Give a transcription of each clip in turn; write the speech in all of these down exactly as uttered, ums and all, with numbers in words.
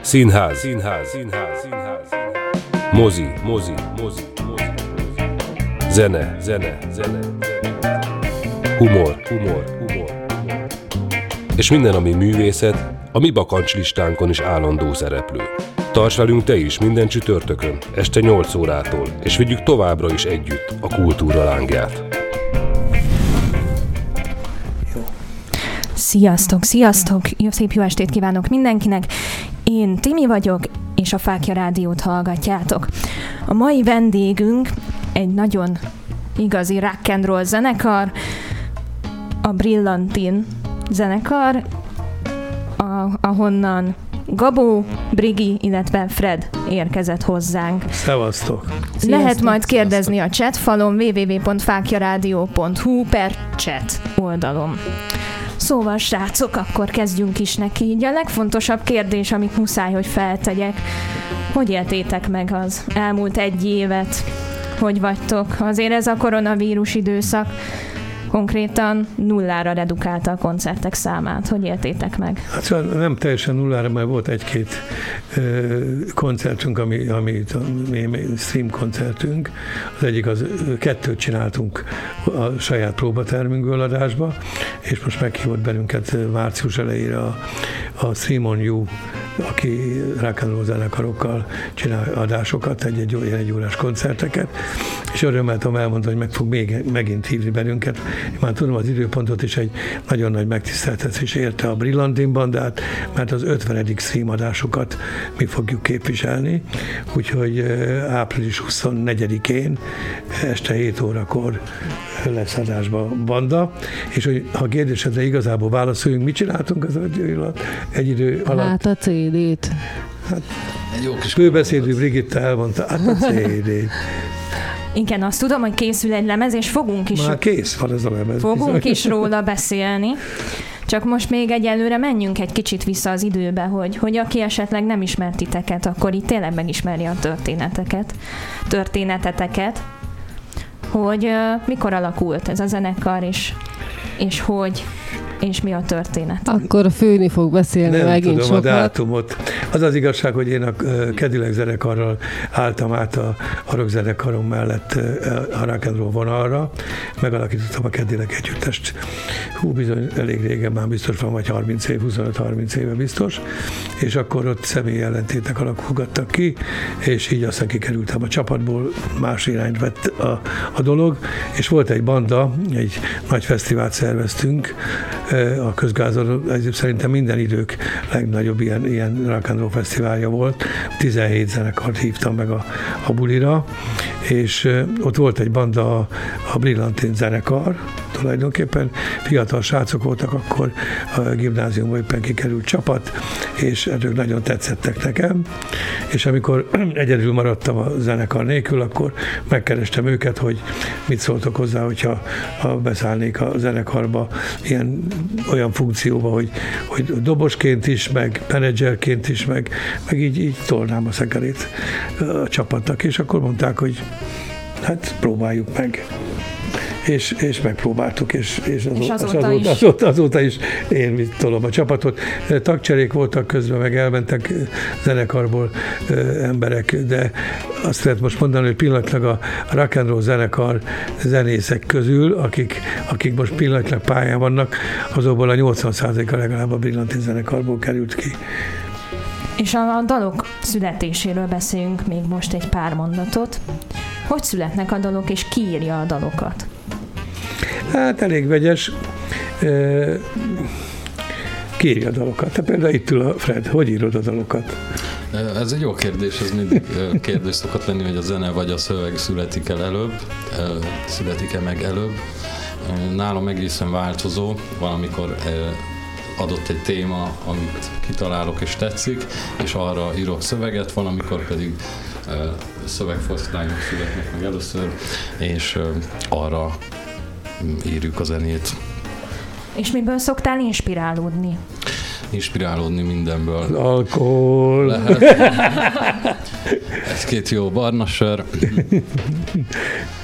Színház. Színház. Színház. Színház. Mozi. Mozi. Mozi. Mozi. Zene. Zene. Zene. Humor. Humor. Humor. És minden, ami művészet, a mi bakancslistánkon is állandó szereplő. Tarts velünk te is minden csütörtökön, este nyolc órától, és vigyük továbbra is együtt a kultúra lángját. Sziasztok, sziasztok! Jó, szép jó estét kívánok mindenkinek! Én Timi vagyok, és a Fáklya Rádiót hallgatjátok. A mai vendégünk egy nagyon igazi rock and roll zenekar, a Brillantin zenekar, a, ahonnan Gabó, Brigi, illetve Fred érkezett hozzánk. Szevasztok! Lehet majd kérdezni a chatfalon double-u double-u double-u pont fáklyaradio pont hu per chat oldalon. Szóval, srácok, akkor kezdjünk is neki. Így a legfontosabb kérdés, amit muszáj, hogy feltegyek. Hogy éltétek meg az elmúlt egy évet? Hogy vagytok? Azért ez a koronavírus időszak konkrétan nullára redukálta a koncertek számát. Hogy éltétek meg? Hát szóval nem teljesen nullára, mert volt egy-két ö, koncertünk, ami, ami stream koncertünk. Az egyik, az kettőt csináltunk a saját próbatermünkből adásba, és most meghívott bennünket március elejére a, a Stream on You, aki rock and roll zenekarokkal csinál adásokat, egy-egy egy órás koncerteket, és örömmel tudom elmondani, hogy meg fog még, megint hívni bennünket. Én már tudom az időpontot, és egy nagyon nagy megtiszteltetés érte a Brillantin bandát, mert az ötvenedik stream adásokat mi fogjuk képviselni, úgyhogy április huszonnegyedikén este hét órakor lesz adásba banda, és hogy ha kérdésedre igazából válaszoljunk, mit csináltunk az egy idő alatt? Egy idő alatt? Hát a cé dét. Hát, egy jó kis főbeszédű Brigitta elmondta, hát a cé dét. Igen, azt tudom, hogy készül egy lemez, és fogunk is... Már kész van ez a lemez. Fogunk bizony. is róla beszélni. Csak most még egyelőre menjünk egy kicsit vissza az időbe, hogy, hogy aki esetleg nem ismert titeket, akkor itt tényleg megismeri a történeteket, történeteteket, hogy uh, mikor alakult ez a zenekar, és, és hogy, és mi a történet. Akkor Főni fog beszélni nem megint tudom sokat. a dátumot. Az az igazság, hogy én a Cadillac zenekarral álltam át a, a rock zenekarom mellett a rock and roll vonalra, megalakítottam a Cadillac együttest. Hú, bizony elég régen, már biztos van, vagy harminc év, huszonöt-harminc éve biztos, és akkor ott személyi ellentétek alakulgattak ki, és így aztán kikerültem a csapatból, más irányt vett a, a dolog, és volt egy banda, egy nagy fesztivált szerveztünk, a Közgázon, szerintem minden idők legnagyobb ilyen, ilyen rock and roll fesztiválja volt. tizenhét zenekart hívtam meg a, a bulira, és ott volt egy banda, a, a Brillantin zenekar, tulajdonképpen fiatal srácok voltak, akkor a gimnáziumban éppen kikerült csapat, és ők nagyon tetszettek nekem, és amikor egyedül maradtam a zenekar nélkül, akkor megkerestem őket, hogy mit szóltok hozzá, hogyha ha beszállnék a zenekarba ilyen olyan funkcióba, hogy, hogy dobosként is, meg menedzserként is, meg, meg így, így tolnám a szekerét a csapatnak, és akkor mondták, hogy hát próbáljuk meg. És, és megpróbáltuk, és, és, az, és azóta, azóta, is. azóta, azóta is én tolom a csapatot. Tagcserék voltak közben, meg elmentek zenekarból ö, emberek, de azt lehet most mondani, hogy pillanatlag a rock and roll zenekar zenészek közül, akik, akik most pillanatlag pályán vannak, azokból a nyolcvan százaléka legalább a Brillantin zenekarból került ki. És a dalok születéséről beszéljünk még most egy pár mondatot. Hogy születnek a dalok, és ki írja a dalokat? Hát elég vegyes. Ki írja a dalokat? Te például itt ül a Fred. Hogy írod a dalokat? Ez egy jó kérdés, ez mindig kérdés szokott lenni, hogy a zene vagy a szöveg születik el előbb, születik-e meg előbb. Nálam egészen változó, valamikor adott egy téma, amit kitalálok és tetszik, és arra írok szöveget, valamikor pedig szövegfoszlányok születnek meg először, és arra írjuk a zenét. És miből szoktál inspirálódni? Inspirálódni mindenből. Az alkohol. Lehet. Egy-két jó barna sör.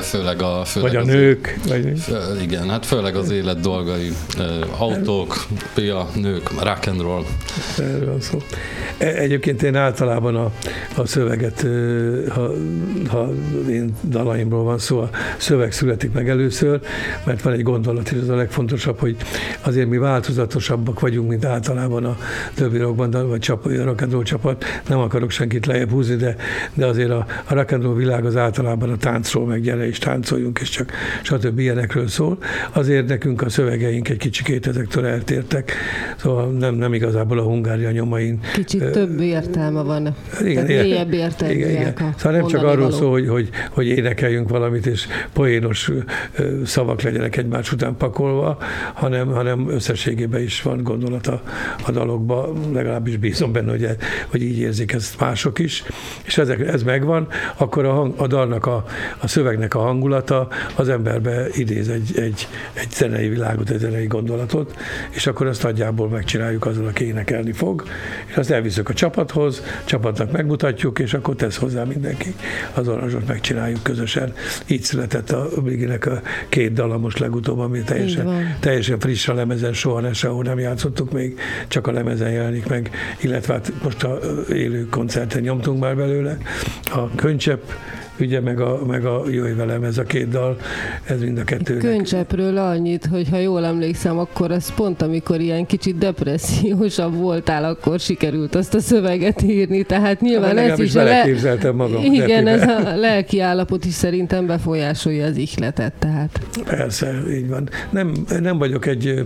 főleg a... Főleg vagy a az nők. É... Vagy... Fő, igen, hát főleg az élet dolgai, autók, pia, nők, rock and roll. Erről van szó. Egyébként én általában a, a szöveget, ha, ha én dalaimról van szó, a szöveg születik meg először, mert van egy gondolat, és ez a legfontosabb, hogy azért mi változatosabbak vagyunk, mint általában a többi rockband, vagy csap, a rock and roll csapat. Nem akarok senkit lejjebb húzni, de, de azért a, a rock and roll világ az általában a táncról, meg gyere és táncoljunk, és csak stb. Ilyenekről szól. Azért nekünk a szövegeink egy kicsikét ezektől eltértek, szóval nem, nem igazából a Hungária nyomain. Kicsit uh, több értelme van. Igen, mélyebb értelműek. Szóval nem csak arról szól, hogy, hogy, hogy énekeljünk valamit, és poénos szavak legyenek egymás után pakolva, hanem, hanem összességében is van gondolata a dalokban, legalábbis bízom benne, hogy, hogy így érzik ezt mások is, és ezek, ez megvan, akkor a, hang, a dalnak, a, a szövegnek a hangulata az emberbe idéz egy, egy, egy zenei világot, egy zenei gondolatot, és akkor azt nagyjából megcsináljuk azzal, aki énekelni fog, és azt elviszük a csapathoz, csapatnak megmutatjuk, és akkor tesz hozzá mindenki. Az aranzsot megcsináljuk közösen. Így született a Briginek a két dala most legutóbb, ami teljesen, teljesen friss a lemezen, soha ne sehol nem játszottuk még, csak a lemezen jelenik meg, illetve hát most a élő koncerten nyomtunk már belőle. A Könycsepp, ugye, meg a, meg a Jöjj velem, ez a két dal, ez mind a kettőnek. Könycseppről annyit, hogy ha jól emlékszem, akkor ez pont amikor ilyen kicsit depressziósabb voltál, akkor sikerült azt a szöveget írni, tehát nyilván hát, ez is... beleképzeltem magam. Igen, ez a lelki állapot is szerintem befolyásolja az ihletet, tehát. Persze, így van. Nem, nem vagyok egy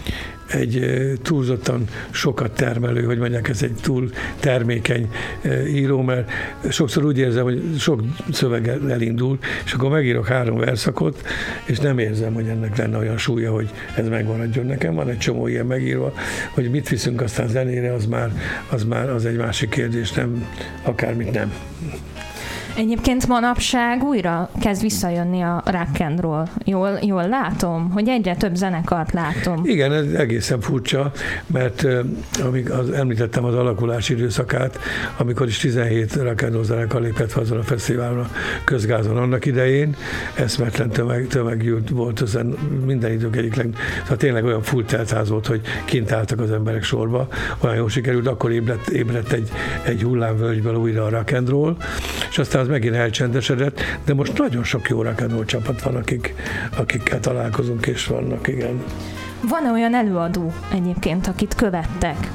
egy túlzottan sokat termelő, hogy mondják, ez egy túl termékeny író, mert sokszor úgy érzem, hogy sok szöveggel elindul, és akkor megírok három verszakot, és nem érzem, hogy ennek lenne olyan súlya, hogy ez megmaradjon nekem. Van egy csomó ilyen megírva, hogy mit viszünk aztán zenére, az már az, már, az egy másik kérdés, nem, akármit nem. Egyébként manapság újra kezd visszajönni a rock and roll. Jól, jól látom, hogy egyre több zenekart látom. Igen, ez egészen furcsa, mert amíg az, említettem az alakulási időszakát, amikor is tizenhét rock and roll zenekar lépett azon a fesztiválon, a Közgázon annak idején, eszmetlen tömeg, tömeg volt, ezen minden idők egyik leg... Tehát tényleg olyan full teltház volt, hogy kint álltak az emberek sorba, olyan jól sikerült, akkor ébredt, ébredt egy, egy hullámvölgyből újra a rock and roll, és aztán az megint elcsendesedett, de most nagyon sok jó rock and roll csapat van, akik, akikkel találkozunk, és vannak, igen. Van olyan előadó egyébként, akit követtek,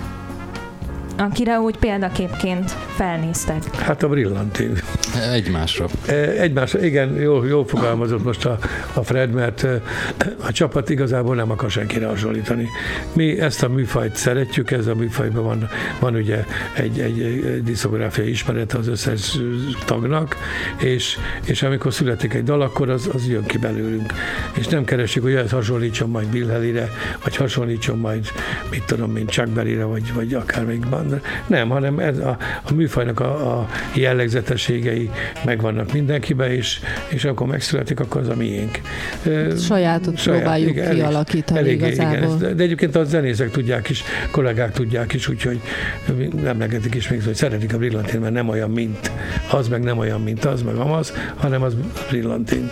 akire úgy példaképként felnéztek? Hát a Brillantin. Egymásra. Egymásra, igen, jól, jól fogalmazott most a, a Fred, mert a csapat igazából nem akar senkire hasonlítani. Mi ezt a műfajt szeretjük, ez a műfajban van, van ugye egy, egy, egy diszkográfiai ismerete az összes tagnak, és, és amikor születik egy dal, akkor az, az jön ki belőlünk. És nem keresjük, hogy ezt hasonlítson majd Bill Haley-re, vagy hasonlítson majd, mit tudom, mint Chuck Berry-re, vagy, vagy akár még band. Nem, hanem ez a, a műfajnak a, a jellegzetességei megvannak mindenkiben, és, és akkor megszületik, akkor az a miénk. Sajátot Saját, próbáljuk igen, kialakítani elég, igazából. Igen, de egyébként a zenészek tudják is, kollégák tudják is, úgyhogy emlegetik is még, hogy szeretik a Brillantin, mert nem olyan, mint az, meg nem olyan, mint az, meg amaz, hanem az Brillantin.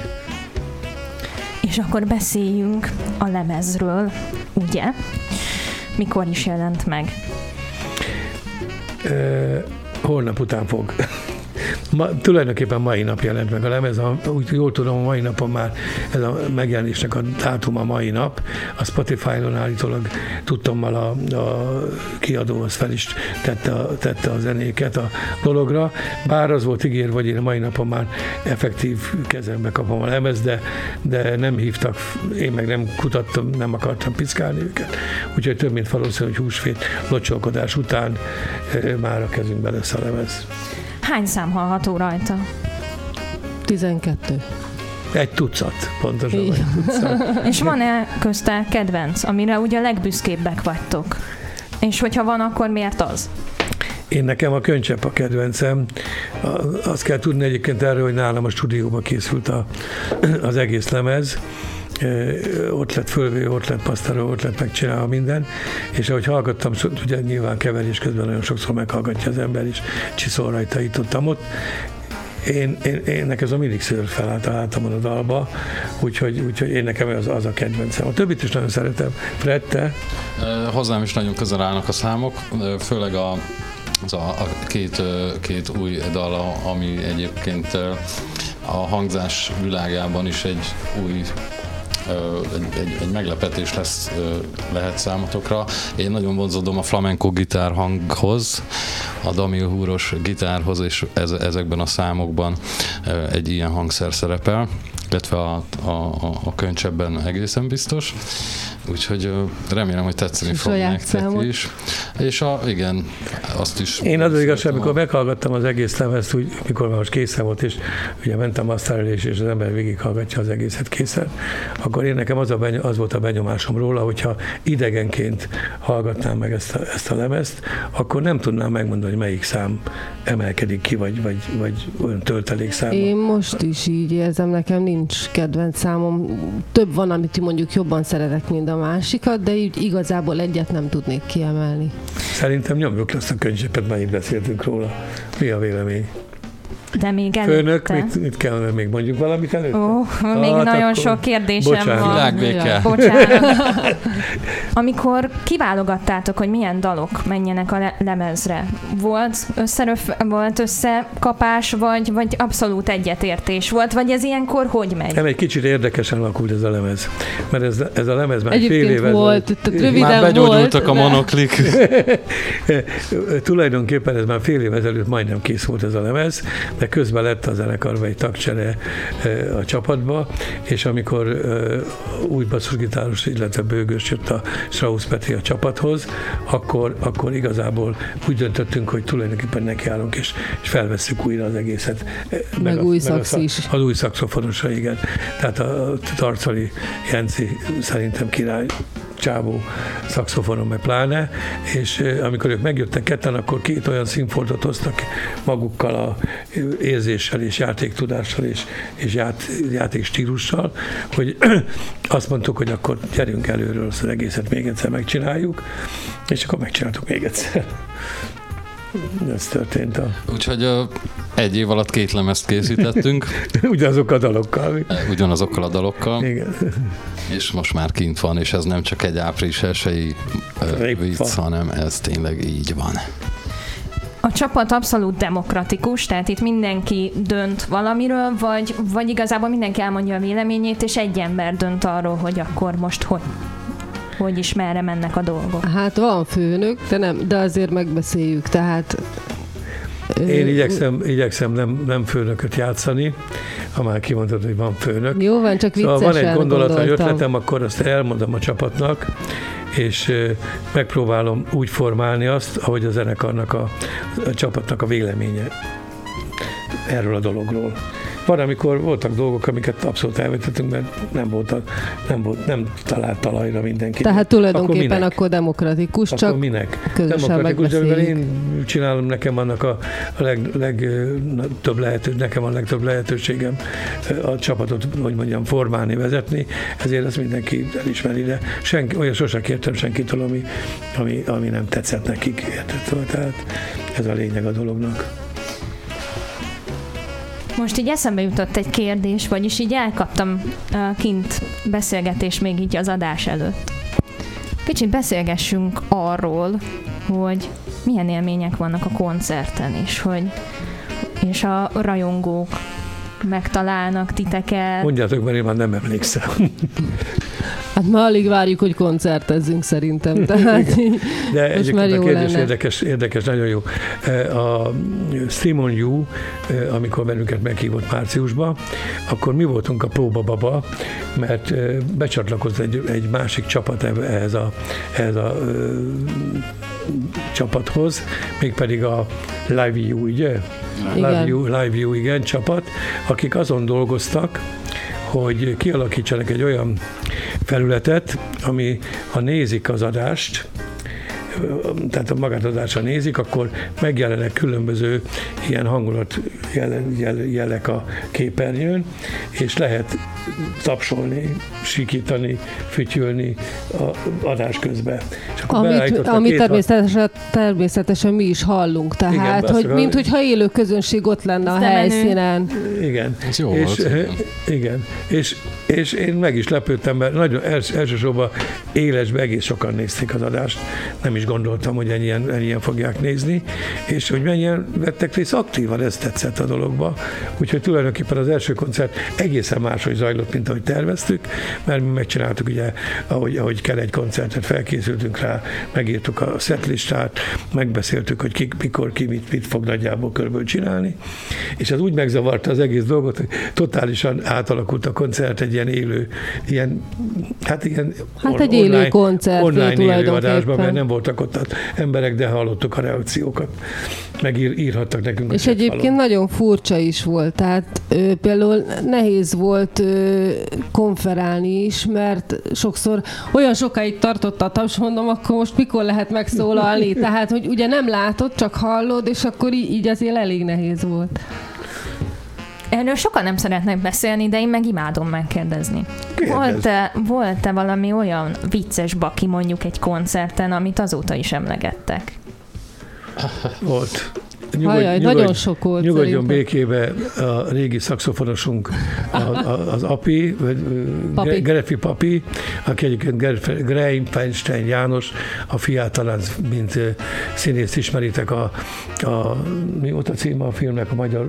És akkor beszéljünk a lemezről, ugye? Mikor is jelent meg? Uh, holnap után fog. Ma, tulajdonképpen mai nap jelent meg a lemez, a, úgy jól tudom, a mai napon már ez a megjelenésnek a dátuma mai nap. A Spotify-on állítólag tudtommal a, a kiadó az fel is tette a, tette a zenéket a dologra, bár az volt ígérve, hogy én a mai napon már effektív kezembe kapom a lemez, de, de nem hívtak, én meg nem kutattam, nem akartam piszkálni őket, úgyhogy több mint valószínű, hogy húsvét locsolkodás után e, már a kezünkben lesz a lemez. Hány szám hallható rajta? tizenkettő. Egy tucat, pontosan egy tucat. És van-e közte kedvenc, amire ugye legbüszkébbek vagytok? És hogyha van, akkor miért az? Én nekem a Könycsepp a kedvencem. Azt kell tudni egyébként erről, hogy nálam a stúdióban készült a, az egész lemez. Ott lett fölvé, ott lett pasztáró, ott lett megcsinálva minden, és ahogy hallgattam, ugye nyilván keverés közben nagyon sokszor meghallgatja az ember is, csiszol rajta itt ott, ott, én, én, én nekem ez a mindig szőr felállt általában a dalba, úgyhogy, úgyhogy én nekem az, az a kedvencem. A többit is nagyon szeretem. Fred, te? Hozzám is nagyon közel állnak a számok, főleg a, az a, a két, két új dal, ami egyébként a hangzás világában is egy új Egy, egy, egy meglepetés lesz, lehet számotokra. Én nagyon vonzódom a flamenco gitár hanghoz, a Damil húros gitárhoz, és ez, ezekben a számokban egy ilyen hangszer szerepel, illetve a, a, a könycsebben egészen biztos. Úgyhogy remélem, hogy tetszeni fog nektek is. És a, igen, azt is... Én az igazság, amikor meghallgattam az egész lemezt, úgy, mikor már most készen volt, és ugye mentem asztalelés, és az ember végighallgatja az egészet készen, akkor én nekem az, a beny- az volt a benyomásom róla, hogyha idegenként hallgatnám meg ezt a, ezt a lemezt, akkor nem tudnám megmondani, hogy melyik szám emelkedik ki, vagy, vagy, vagy olyan töltelék száma. Én most is így érzem, nekem nincs kedvenc számom. Több van, amit mondjuk jobban szeretek, mint a másikat, de így igazából egyet nem tudnék kiemelni. Szerintem nyomjuk azt a könyvcsepet, mennyit beszéltünk róla. Mi a vélemény? De még előtte. Főnök, mit, mit kell még mondjuk valamit előtte? Ó, oh, még hát nagyon sok kérdésem bocsánat. van. Világbéke. Bocsánat. Amikor kiválogattátok, hogy milyen dalok menjenek a le- lemezre, volt, összeröf, volt összekapás, vagy, vagy abszolút egyetértés volt, vagy ez ilyenkor hogy megy? Nem, egy kicsit érdekesen alakult ez a lemez, mert ez, ez a lemez már Egyébként fél éve... volt, tehát röviden már begyógyultak volt, a monoklik. Tulajdonképpen ez már fél év ezelőtt majdnem kész volt ez a lemez, de közben lett a zenekarban egy tagcsere a csapatba, és amikor új basszusgitáros, illetve bőgős jött a Strauss Petri a csapathoz, akkor, akkor igazából úgy döntöttünk, hogy tulajdonképpen nekiállunk, és, és felvesszük újra az egészet. Meg, meg új szax is. Az új szaxofonosra, igen. Tehát a Tarcali Jenci szerintem király csávó szaxofonon, meg pláne, és amikor ők megjöttek ketten, akkor két olyan színfordot hoztak magukkal a érzéssel és játéktudással és, és ját, játékstílussal, hogy azt mondtuk, hogy akkor gyerünk előről, az egészet még egyszer megcsináljuk, és akkor megcsináltuk még egyszer. Ez történt a... Úgyhogy uh, egy év alatt két lemezt készítettünk. Ugyanazokkal a dalokkal. Ugyanazokkal a dalokkal. Igen. És most már kint van, és ez nem csak egy április elsői uh, vicc, hanem ez tényleg így van. A csapat abszolút demokratikus, tehát itt mindenki dönt valamiről, vagy, vagy igazából mindenki elmondja a véleményét, és egy ember dönt arról, hogy akkor most hogy, hogy is merre mennek a dolgok. Hát van főnök, de, nem, de azért megbeszéljük, tehát... Én igyekszem, igyekszem nem, nem főnököt játszani, ha már kimondtad, hogy van főnök. Jó, van, csak viccesen szóval van egy gondolat, vagy gondoltam. ötletem, akkor azt elmondom a csapatnak, és megpróbálom úgy formálni azt, ahogy a zenekarnak, a, a csapatnak a véleménye erről a dologról. Van, amikor voltak dolgok, amiket abszolút elvetettünk, mert nem volt, a, nem, volt nem talált talajra mindenki. Tehát tulajdonképpen akkor, akkor demokratikus, akkor csak minek? közösen Demokratikus, de mivel megbeszéljük. én csinálom, nekem annak a, a leg, legtöbb lehető, nekem a legtöbb lehetőségem a csapatot, hogy mondjam, formálni, vezetni, ezért ezt mindenki elismeri, de senki, olyan sosem kértem senkitől, ami, ami, ami nem tetszett nekik. Érted? Tehát ez a lényeg a dolognak. Most így eszembe jutott egy kérdés, vagyis így elkaptam uh, kint beszélgetés még így az adás előtt. Kicsit beszélgessünk arról, hogy milyen élmények vannak a koncerten is, hogy és a rajongók megtalálnak titeket. Mondjátok, mert én már nem emlékszem. Hát már alig várjuk, hogy koncertezzünk szerintem. Tehát de egyébként a kérdés lenne. érdekes, érdekes, nagyon jó. A Stream on You, amikor bennünket meghívott márciusban, akkor mi voltunk a próbababa, mert becsatlakozott egy, egy másik csapat ehhez a, ehhez a ö, csapathoz, mégpedig a Live You, ugye? Live You, Live You, igen, csapat, akik azon dolgoztak, hogy kialakítsanak egy olyan felületet, ami, ha nézik az adást, tehát a magátadásra nézik, akkor megjelennek különböző ilyen hangulat jelek a képernyőn, és lehet tapsolni, sikítani, fütyülni a adás közben. Amit, amit természetesen, természetesen mi is hallunk, tehát, igen, hogy a... mint hogyha élő közönség ott lenne a helyszínen. Igen. Ez jó és, volt. Igen. És, és én meg is lepődtem, mert nagyon els, elsősorban élesben egész sokan nézték az adást. Nem is gondoltam, hogy ennyien, ennyien fogják nézni, és hogy mennyien vettek részt aktívan, ez tetszett a dologba. Úgyhogy tulajdonképpen az első koncert egészen máshogy zajlott, mint ahogy terveztük, mert mi megcsináltuk, ugye, ahogy, ahogy kell egy koncertet, felkészültünk rá, megírtuk a setlistát, megbeszéltük, hogy ki, mikor ki mit, mit fog nagyjából körülbelül csinálni, és ez úgy megzavarta az egész dolgot, hogy totálisan átalakult a koncert egy ilyen élő, ilyen, hát ilyen hát egy online, élő koncert, online élő adásban, mert nem voltak ott emberek, de hallottuk a reakciókat, meg ír, írhattak nekünk. És egyébként falon. Nagyon furcsa is volt, tehát ö, például nehéz volt ö, konferálni is, mert sokszor olyan sokáig tartott a taps, mondom, akkor most mikor lehet megszólalni, tehát hogy ugye nem látod, csak hallod, és akkor így, így azért elég nehéz volt. Erről sokan nem szeretnek beszélni, de én meg imádom megkérdezni. Volt-e, volt-e valami olyan vicces baki mondjuk egy koncerten, amit azóta is emlegettek? Volt. Nyugodj, Hajaj, nyugodj, nagyon sok volt. Nyugodjon békébe a régi szaxofonosunk, a, a, az Api, papi. Grefi Papi, aki egyébként Greim Feinstein János, a fiát talán, mint színész ismeritek, a, a mi volt a címe a filmnek, a magyar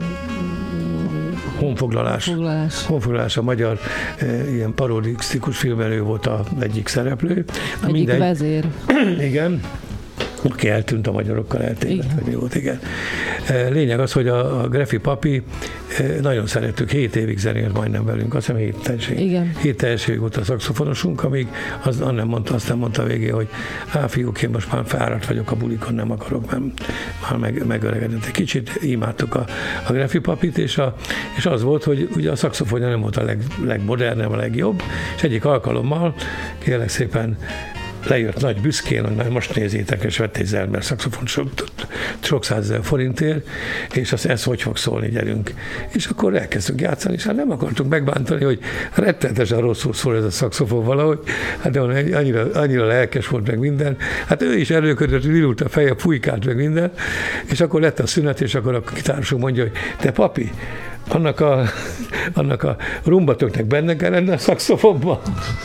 Honfoglalás. Honfoglalás. Honfoglalás a magyar e, ilyen parodisztikus filmben ő volt az egyik szereplő. Na, egyik mindegy. Vezér. Igen. Aki eltűnt a magyarokkal, eltévedt, vagy mi volt, igen. Lényeg az, hogy a, a Grefi Papi nagyon szerettük, hét évig zenélt majdnem velünk, azt hiszem hét teljeség. Hét teljeség volt a szaxofonosunk, amíg az, az nem mondta, aztán mondta a végén, hogy á, fiúk, én most már fáradt vagyok a bulikon, nem akarok, mert már meg, megöregedett egy kicsit, imádtuk a, a Grefi Papit, és, a, és az volt, hogy ugye a szaxofonja nem volt a leg, legmodernebb, a legjobb, és egyik alkalommal, kérlek szépen, lejött nagy büszkén, hogy most nézzétek, és vett egy Zermer szaxofon sok, sok százezer forintért, és azt ez hogy fog szólni, gyerünk. És akkor elkezdtünk játszani, és hát nem akartunk megbántani, hogy rettenetesen rosszul szól ez a szaxofon valahogy, hát de annyira, annyira lelkes volt meg minden. Hát ő is előködött, virult a feje, fújkált meg minden, és akkor lett a szünet, és akkor a gitársunk mondja, hogy te papi, annak a, annak a rumbatöknek benne kell lenni a szaxofonban.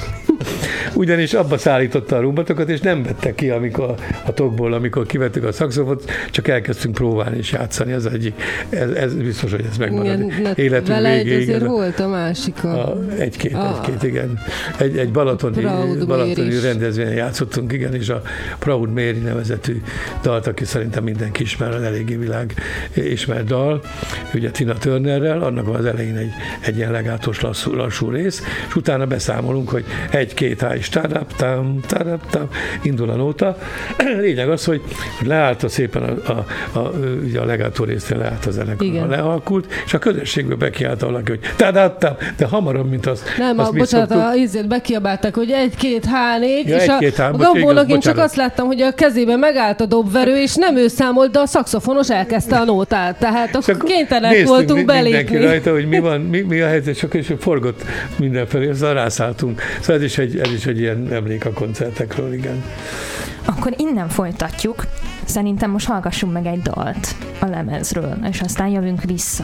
Ugyanis abba szállította a rumbatokat, és nem vette ki amikor a tokból, amikor kivettük a szaxofont, csak elkezdtünk próbálni és játszani. Ez egyik, ez, ez biztos, hogy ez megmarad. Igen, életünk végéig. Vele volt a másik. A... A, egy-két, a... egy-két, igen. Egy, egy balatoni, balatoni rendezvényen játszottunk, igen, és a Proud Mary nevezetű dalt, aki szerintem mindenki ismer, az eléggé világ ismert dal, ugye Tina Turnerrel, annak az elején egy, egy ilyen legátos lassú, lassú rész, és utána beszámolunk, hogy egy-két há is táraptám, táraptám, indul a nóta. Lényeg az, hogy leállt szépen a, a, a, ugye a legátó résznél leállt a zenekar, lehalkult, és a közösségből bekiállt valaki, hogy táraptám, de hamarabb, mint azt. Nem, azt a, bocsánat, a, ízért bekiabáltak, hogy egy-két há négy, ja, és egy, a, a gambónak én csak azt láttam, hogy a kezében megállt a dobverő, és nem ő számolt, de a szaxofonos elkezdte a nótát. Tehát akkor kénytelenek voltunk belépni. Mindenki rajta, hogy mi van, mi, mi a helyzet, csak és forgott mindenfelé, azzal rászálltunk. Szóval ez is egy, ez is egy ilyen emlék a koncertekről, igen. Akkor innen folytatjuk. Szerintem most hallgassunk meg egy dalt a lemezről, és aztán jövünk vissza.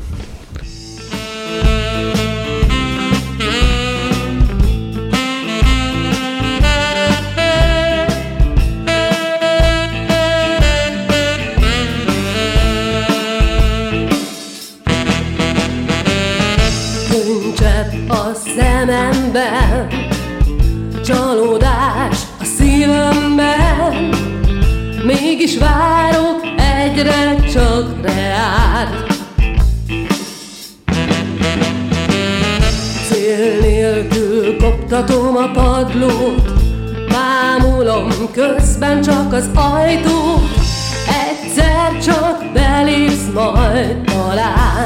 Könycsepp a szememben, csalódás a szívemben, mégis várok egyre csak reád. Cél nélkül koptatom a padlót, bámulom közben csak az ajtót, egyszer csak belépsz majd talán.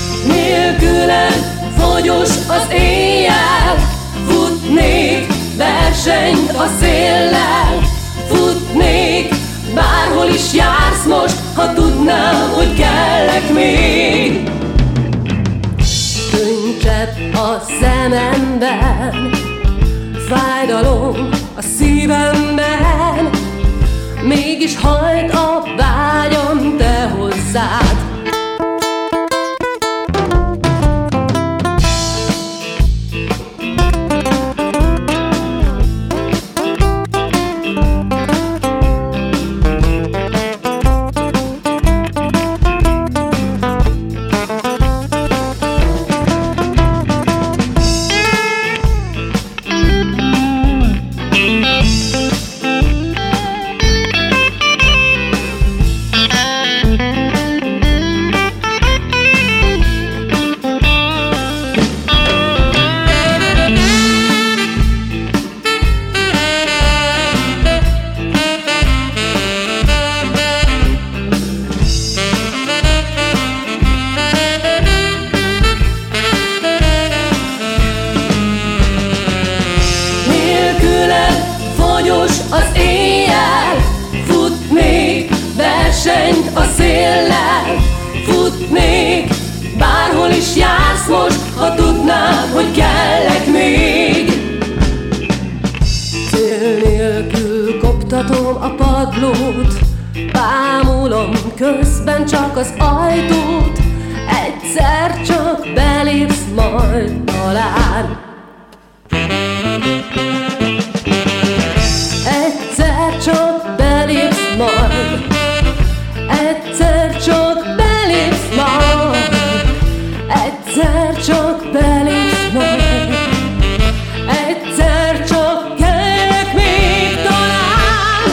Nélküled fogyos az éjjel, futnék, de versenyt a széllel. Futnék, bárhol is jársz most, ha tudnám, hogy kellek még. Könycsepp a szememben, fájdalom a szívemben, mégis hajt a vágyam te hozzád. Az éjjel futnék, versenyt a széllel. Futnék, bárhol is jársz most, ha tudnám, hogy kellek még. Cél nélkül koptatom a padlót, bámulom közben csak az ajtót. Egyszer csak belépsz majd talán. Egyszer csak belépsz majd, egyszer csak belépsz majd, egyszer csak belépsz majd, egyszer csak kellek még talán.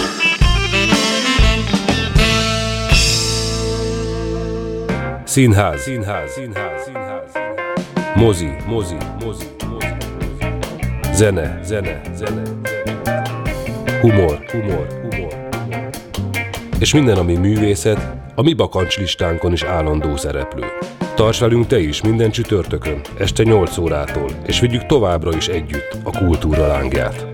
Színház, színház, színház, színház, mozi, mozi, mozi, mozi, zene, zene, zene, humor, humor, humor, és minden, ami művészet, a mi bakancslistánkon is állandó szereplő. Tarts velünk te is minden csütörtökön, este nyolc órától, és vigyük továbbra is együtt a kultúra lángját.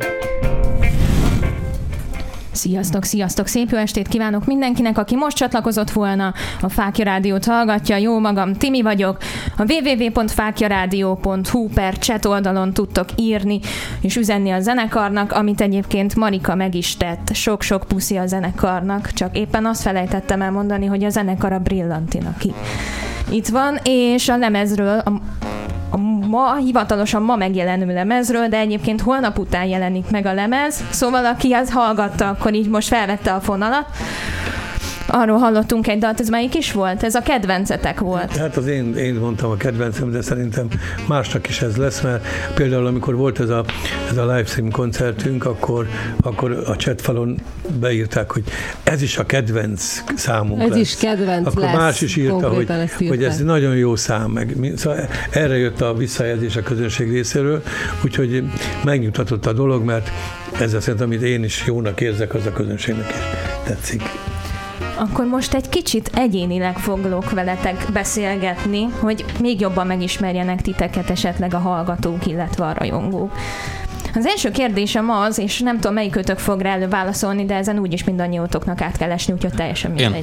Sziasztok, sziasztok! Szép jó estét kívánok mindenkinek, aki most csatlakozott volna, a Fáklya Rádiót hallgatja. Jó magam, Timi vagyok. A double-u double-u double-u pont fáklyaradio pont hu per chat oldalon tudtok írni és üzenni a zenekarnak, amit egyébként Marika meg is tett. Sok-sok puszi a zenekarnak, csak éppen azt felejtettem elmondani, hogy a zenekar a Brillantin, aki itt van, és a lemezről, a a ma, hivatalosan ma megjelenő lemezről, de egyébként holnap után jelenik meg a lemez, szóval aki az hallgatta, akkor így most felvette a fonalat. Arról hallottunk egy dalt, ez melyik is volt? Ez a kedvencetek volt. Hát az én, én mondtam a kedvencem, de szerintem másnak is ez lesz, mert például amikor volt ez a, ez a livestream koncertünk, akkor, akkor a chatfalon beírták, hogy ez is a kedvenc számunk Ez lesz. is kedvenc akkor lesz. Akkor más is írta, hogy, hogy ez nagyon jó szám. Meg, szóval erre jött a visszajelzés a közönség részéről, úgyhogy megnyugtatott a dolog, mert ezzel szerintem, amit én is jónak érzek, az a közönségnek is tetszik. Akkor most egy kicsit egyénileg foglok veletek beszélgetni, hogy még jobban megismerjenek titeket esetleg a hallgatók, illetve a rajongók. Az első kérdésem az, és nem tudom, melyikőtök fog rá előbb válaszolni, de ezen úgyis mindannyiótoknak át kell esni, úgyhogy teljesen mindegy.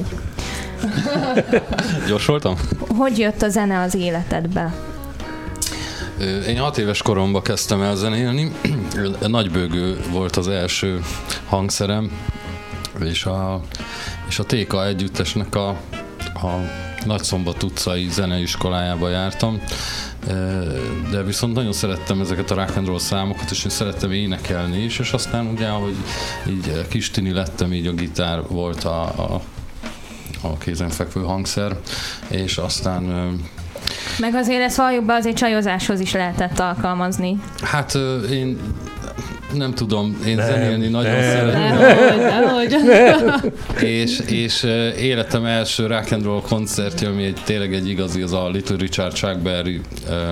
Gyors voltam? Hogy jött a zene az életedbe? Én hat éves koromban kezdtem el zenélni. Nagybőgő volt az első hangszerem, és a, és a té ká együttesnek a, a Nagyszombat utcai zeneiskolájába jártam, de viszont nagyon szerettem ezeket a rock and roll számokat, és én szerettem énekelni is, és aztán ugye, ahogy így kistini lettem, így a gitár volt a, a, a kézenfekvő hangszer, és aztán... Meg azért ezt valljuk be, azért csajozáshoz is lehetett alkalmazni. Hát én nem tudom, én nem, zenélni nagyon nem. szeretem. és, és életem első rock and roll koncertje, ami egy, tényleg egy igazi, az a Little Richard Chuck Berry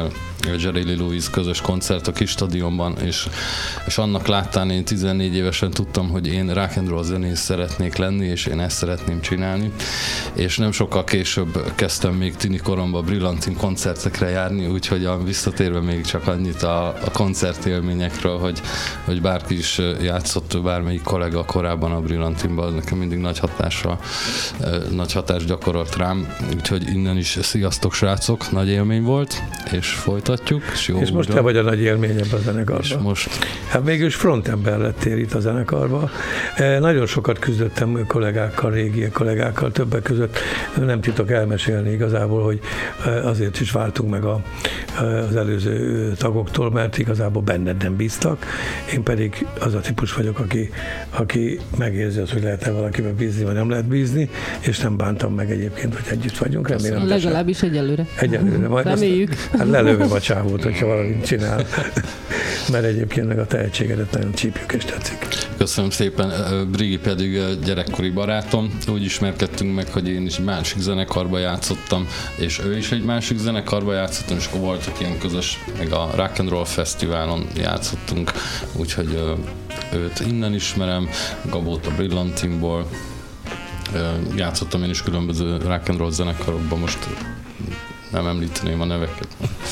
Jerry Lee Lewis közös koncert a kis stadionban, és, és annak láttán én tizennégy évesen tudtam, hogy én rock and roll zenész szeretnék lenni, és én ezt szeretném csinálni, és nem sokkal később kezdtem még tini koromban Brillantin koncertekre járni, úgyhogy a, visszatérve még csak annyit a, a koncertélményekről, hogy, hogy bárki is játszott, bármelyik kollega korábban a Brillantinban, nekem mindig nagy hatással, nagy hatást gyakorolt rám, úgyhogy innen is sziasztok srácok, nagy élmény volt, és folytatjuk. És, jó és most te vagy a nagy élmény ebben a zenekarban. És most... Hát mégis frontember lettél itt a zenekarban. Nagyon sokat küzdöttem kollégákkal, régi kollégákkal, többek között nem tudok elmesélni igazából, hogy azért is váltunk meg a, az előző tagoktól, mert igazából benned nem bíztak. Én pedig az a típus vagyok, aki, aki megérzi azt, hogy lehet-e valakiben bízni, vagy nem lehet bízni, és nem bántam meg egyébként, hogy együtt vagyunk. Remélem, legalábbis egyelőre. Egyelőre. Majd reméljük. Azt, hát lelövöm a csávót, hogyha valamit csinál. Mert egyébként meg a tehetségedet nagyon csípjük és tetszik. Köszönöm szépen. Brigi pedig gyerekkori barátom. Úgy ismerkedtünk meg, hogy én is másik zenekarba játszottam, és ő is egy másik zenekarba játszottam, és akkor voltak ilyen közös, meg a Rock and Roll Fesztiválon játszottunk, úgyhogy őt innen ismerem, Gabót a Brillantinból. Játszottam én is különböző rock and roll zenekarokban, most nem említeném a neveket.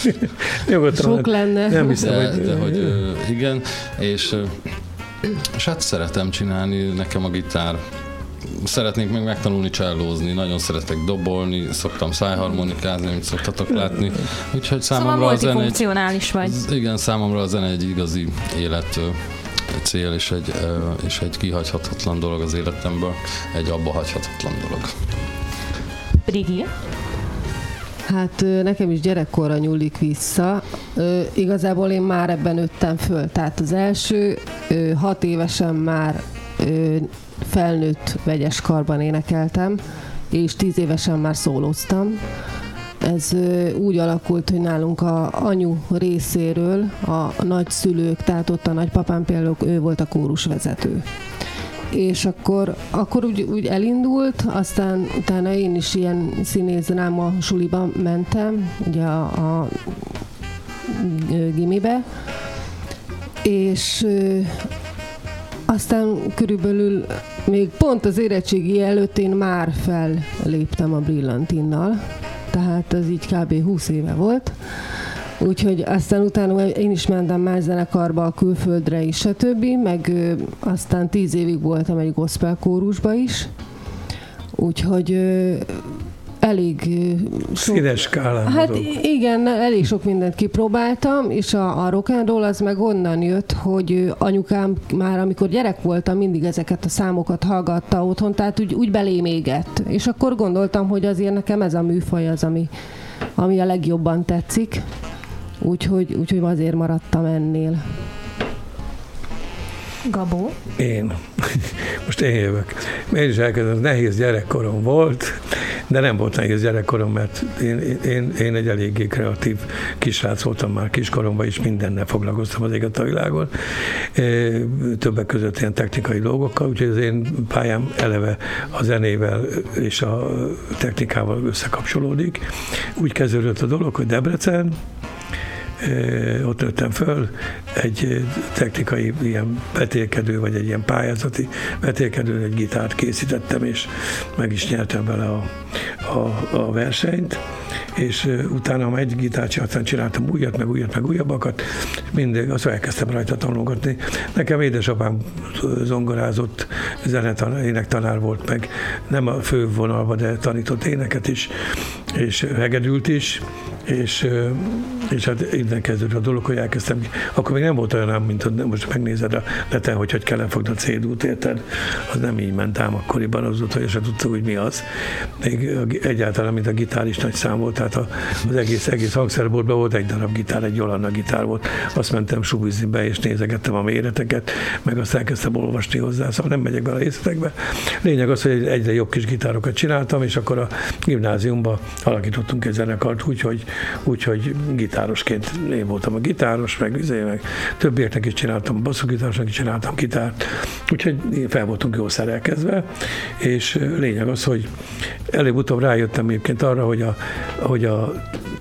Sok lenne. Nem hiszem, de, hogy... de hogy igen, és, és hát szeretem csinálni, nekem a gitár. Szeretnék még megtanulni csellózni, nagyon szeretek dobolni, szoktam szájharmonikázni, amit szoktatok látni. Úgyhogy számomra szóval a zene multifunkcionális vagy. Igen, számomra a zene egy igazi élet cél, és egy, és egy kihagyhatatlan dolog az életemből, egy abba hagyhatatlan dolog. Brigi? Hát nekem is gyerekkorra nyúlik vissza. Igazából én már ebben nőttem föl. Tehát az első hat évesen már felnőtt vegyes karban énekeltem, és tíz évesen már szólóztam. Ez úgy alakult, hogy nálunk a anyu részéről a nagyszülők, tehát ott a nagypapám például, ő volt a kórusvezető. És akkor, akkor úgy, úgy elindult, aztán utána én is ilyen színészdráma suliba mentem, ugye a, a gimibe, és aztán körülbelül még pont az érettségi előtt én már felléptem a Brillantinnal, tehát ez így kb. húsz éve volt. Úgyhogy aztán utána én is mentem más zenekarba, a külföldre is, stb. Meg ö, aztán tíz évig voltam egy gospel kórusba is. Úgyhogy ö, elég sok... Színes skálán. Hát azok. igen, elég sok mindent kipróbáltam, és a, a rock and roll az meg onnan jött, hogy anyukám már amikor gyerek voltam, mindig ezeket a számokat hallgatta otthon, tehát úgy, úgy belém égett. És akkor gondoltam, hogy azért nekem ez a műfaj az, ami, ami a legjobban tetszik. Úgyhogy, úgyhogy azért maradtam ennél. Gabó? Én. Most én jövök. Én is elkezdem, nehéz gyerekkorom volt, de nem volt nehéz gyerekkorom, mert én, én, én egy eléggé kreatív kisrác voltam már kiskoromban, és mindennel foglalkoztam az éget a világon. Többek között ilyen technikai dolgokkal, úgyhogy az én pályám eleve a zenével és a technikával összekapcsolódik. Úgy kezdődött a dolog, hogy Debrecen, ott nőttem föl, egy technikai ilyen vetélkedő, vagy egy ilyen pályázati vetélkedő, egy gitárt készítettem, és meg is nyertem vele a, a, a versenyt, és utána egy gitárt csináltam, csináltam újat, meg újat, meg újabbakat, mindig azt elkezdtem rajta tanulgatni. Nekem édesapám zongorázott, zenetanár, énektanár volt, meg nem a fő vonalban, de tanított éneket is, és hegedült is, és, és hát innen kezdődött a dolog, hogy elkezdtem, akkor még nem volt olyan, mint hogy most megnézed a neten, hogy hogy kellene fogni a cédút, érted? Az nem így ment ám akkoriban, az volt, hogy se tudta, hogy mi az. Még egyáltalán, mint a gitár is nagy szám volt, tehát az egész, egész hangszerboltban volt egy darab gitár, egy Jolanna gitár volt. Azt mentem subizni be, és nézegettem a méreteket, meg azt elkezdtem olvasni hozzá, szóval nem megyek bele a részletekbe. Lényeg az, hogy egyre jobb kis gitárokat csináltam, és akkor a gimnáziumban alakítottunk egy zenekart úgy, hogy, úgy, hogy gitárosként én voltam a gitáros, meg, meg többieknek is csináltam, basszusgitárosnak is csináltam gitárt, úgyhogy fel voltunk jól szerelkezve, és lényeg az, hogy előbb-utóbb rájöttem egyébként arra, hogy a, hogy a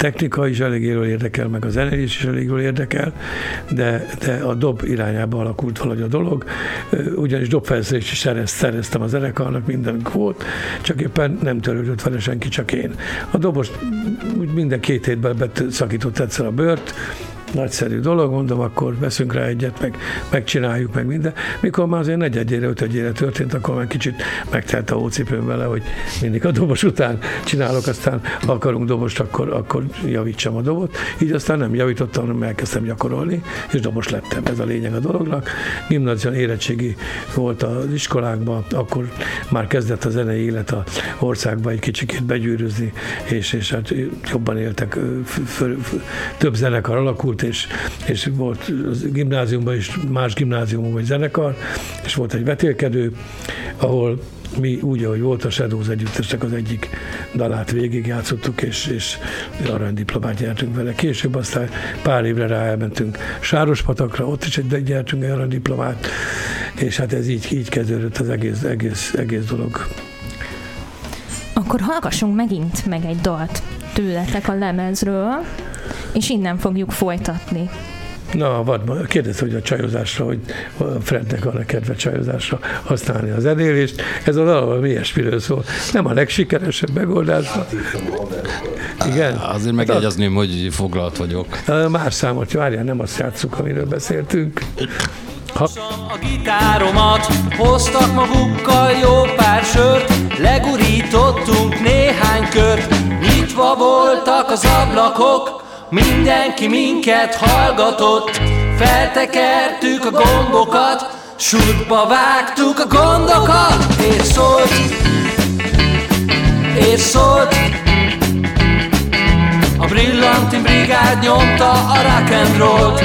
technika is elég jól érdekel, meg a zenélés is elég jól érdekel, de, de a dob irányába alakult valahogy a dolog, ugyanis dobfelszerelést is szerez, szereztem a zenekarnak, minden volt, csak éppen nem törődött vele senki, csak én. A dobos úgy minden két hétben beszakított egyszer a bőrt, nagyszerű dolog, mondom, akkor veszünk rá egyet, meg megcsináljuk, meg minden. Mikor már azért negyedjére, ötödjére történt, akkor már kicsit megtelt a hócipőm vele, hogy mindig a dobos után csinálok, aztán ha akarunk dobost, akkor, akkor javítsam a dobot. Így aztán nem javítottam, hanem elkezdtem gyakorolni, és dobos lettem. Ez a lényeg a dolognak. Gimnázium érettségi volt az iskolákban, akkor már kezdett a zenei élet a országba egy kicsikét begyűrűzni, és, és hát jobban éltek, f- f- f- több zenekar alakult, És, és volt gimnáziumban is, más gimnáziumban vagy zenekar, és volt egy vetélkedő, ahol mi úgy, ahogy volt a Shadows együttesnek az egyik dalát végigjátszottuk, és, és aranydiplomát nyertünk vele. Később aztán pár évre rá elmentünk Sárospatakra, ott is egy nyertünk egy aranydiplomát, és hát ez így, így kezdődött az egész, egész, egész dolog. Akkor hallgassunk megint meg egy dalt tőletek a lemezről, és innen fogjuk folytatni. Na, vad, kérdezz, hogy a csajozásra, hogy a Frednek van a kedve csajozásra használni az zenélést. Ez a dal valami ilyesmiről szól. Nem a legsikeresebb megoldás. Igen? Azért megjegyezném, hogy foglalt vagyok. Más számot, várjál, nem azt játsszuk, amiről beszéltünk. Ha... A gitáromat hoztak magukkal jó pár sört, legurítottunk néhány kört, nyitva voltak az ablakok, mindenki minket hallgatott, feltekertük a gombokat, sútba vágtuk a gondokat, és szólt, és szólt. A Brillanti brigád nyomta a rock and rollt.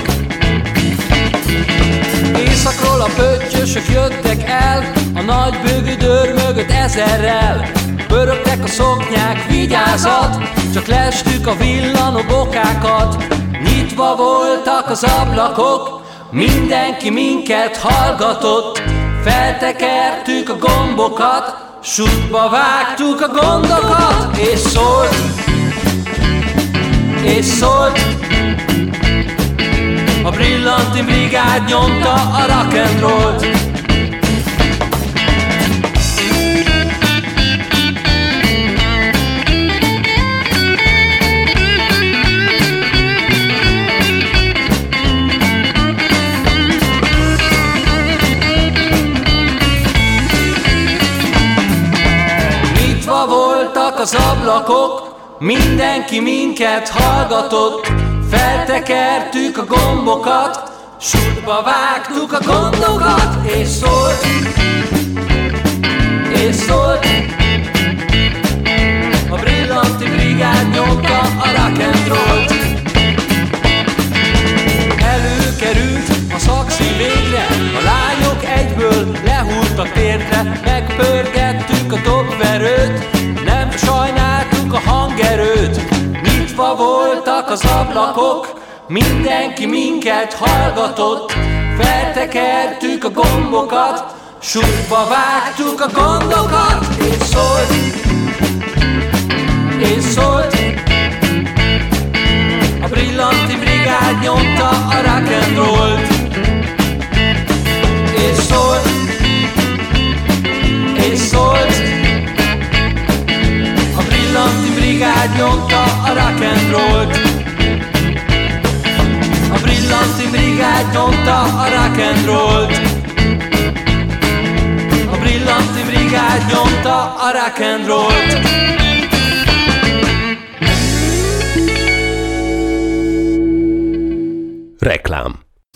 Északról a pöttyösök jöttek el, a nagy bőgödör mögött ezerrel. Pörögtek a szoknyák, vigyázat, csak lestük a villanó bokákat. Nyitva voltak az ablakok, mindenki minket hallgatott. Feltekertük a gombokat, sútba vágtuk a gondokat. És szólt, és szólt. A Brillanti brigád nyomta a rock and rollt. Nyitva voltak az ablakok, mindenki minket hallgatott. Feltekertük a gombokat, sútba vágtuk a gondokat, és szólt, és szólt. A Brillanti brigád nyomta a rock and rollt. Előkerült a szaxi végre, a lányok egyből lehúltak térdre, megpörgettük a dobverőt, nem sajnáltuk a hangerőt. Nyitva voltak az ablakok, mindenki minket hallgatott. Feltekertük a gombokat, sútba vágtuk a gondokat. És szólt, és szólt. A Brillanti brigád nyomta a rock and rollt. És szólt, és szólt. A Brillanti brigád nyomta a rock and rollt. A Brillanti brigád nyomta a rock and rollt. A Brillanti brigád nyomta a rock and rollt. Reklám.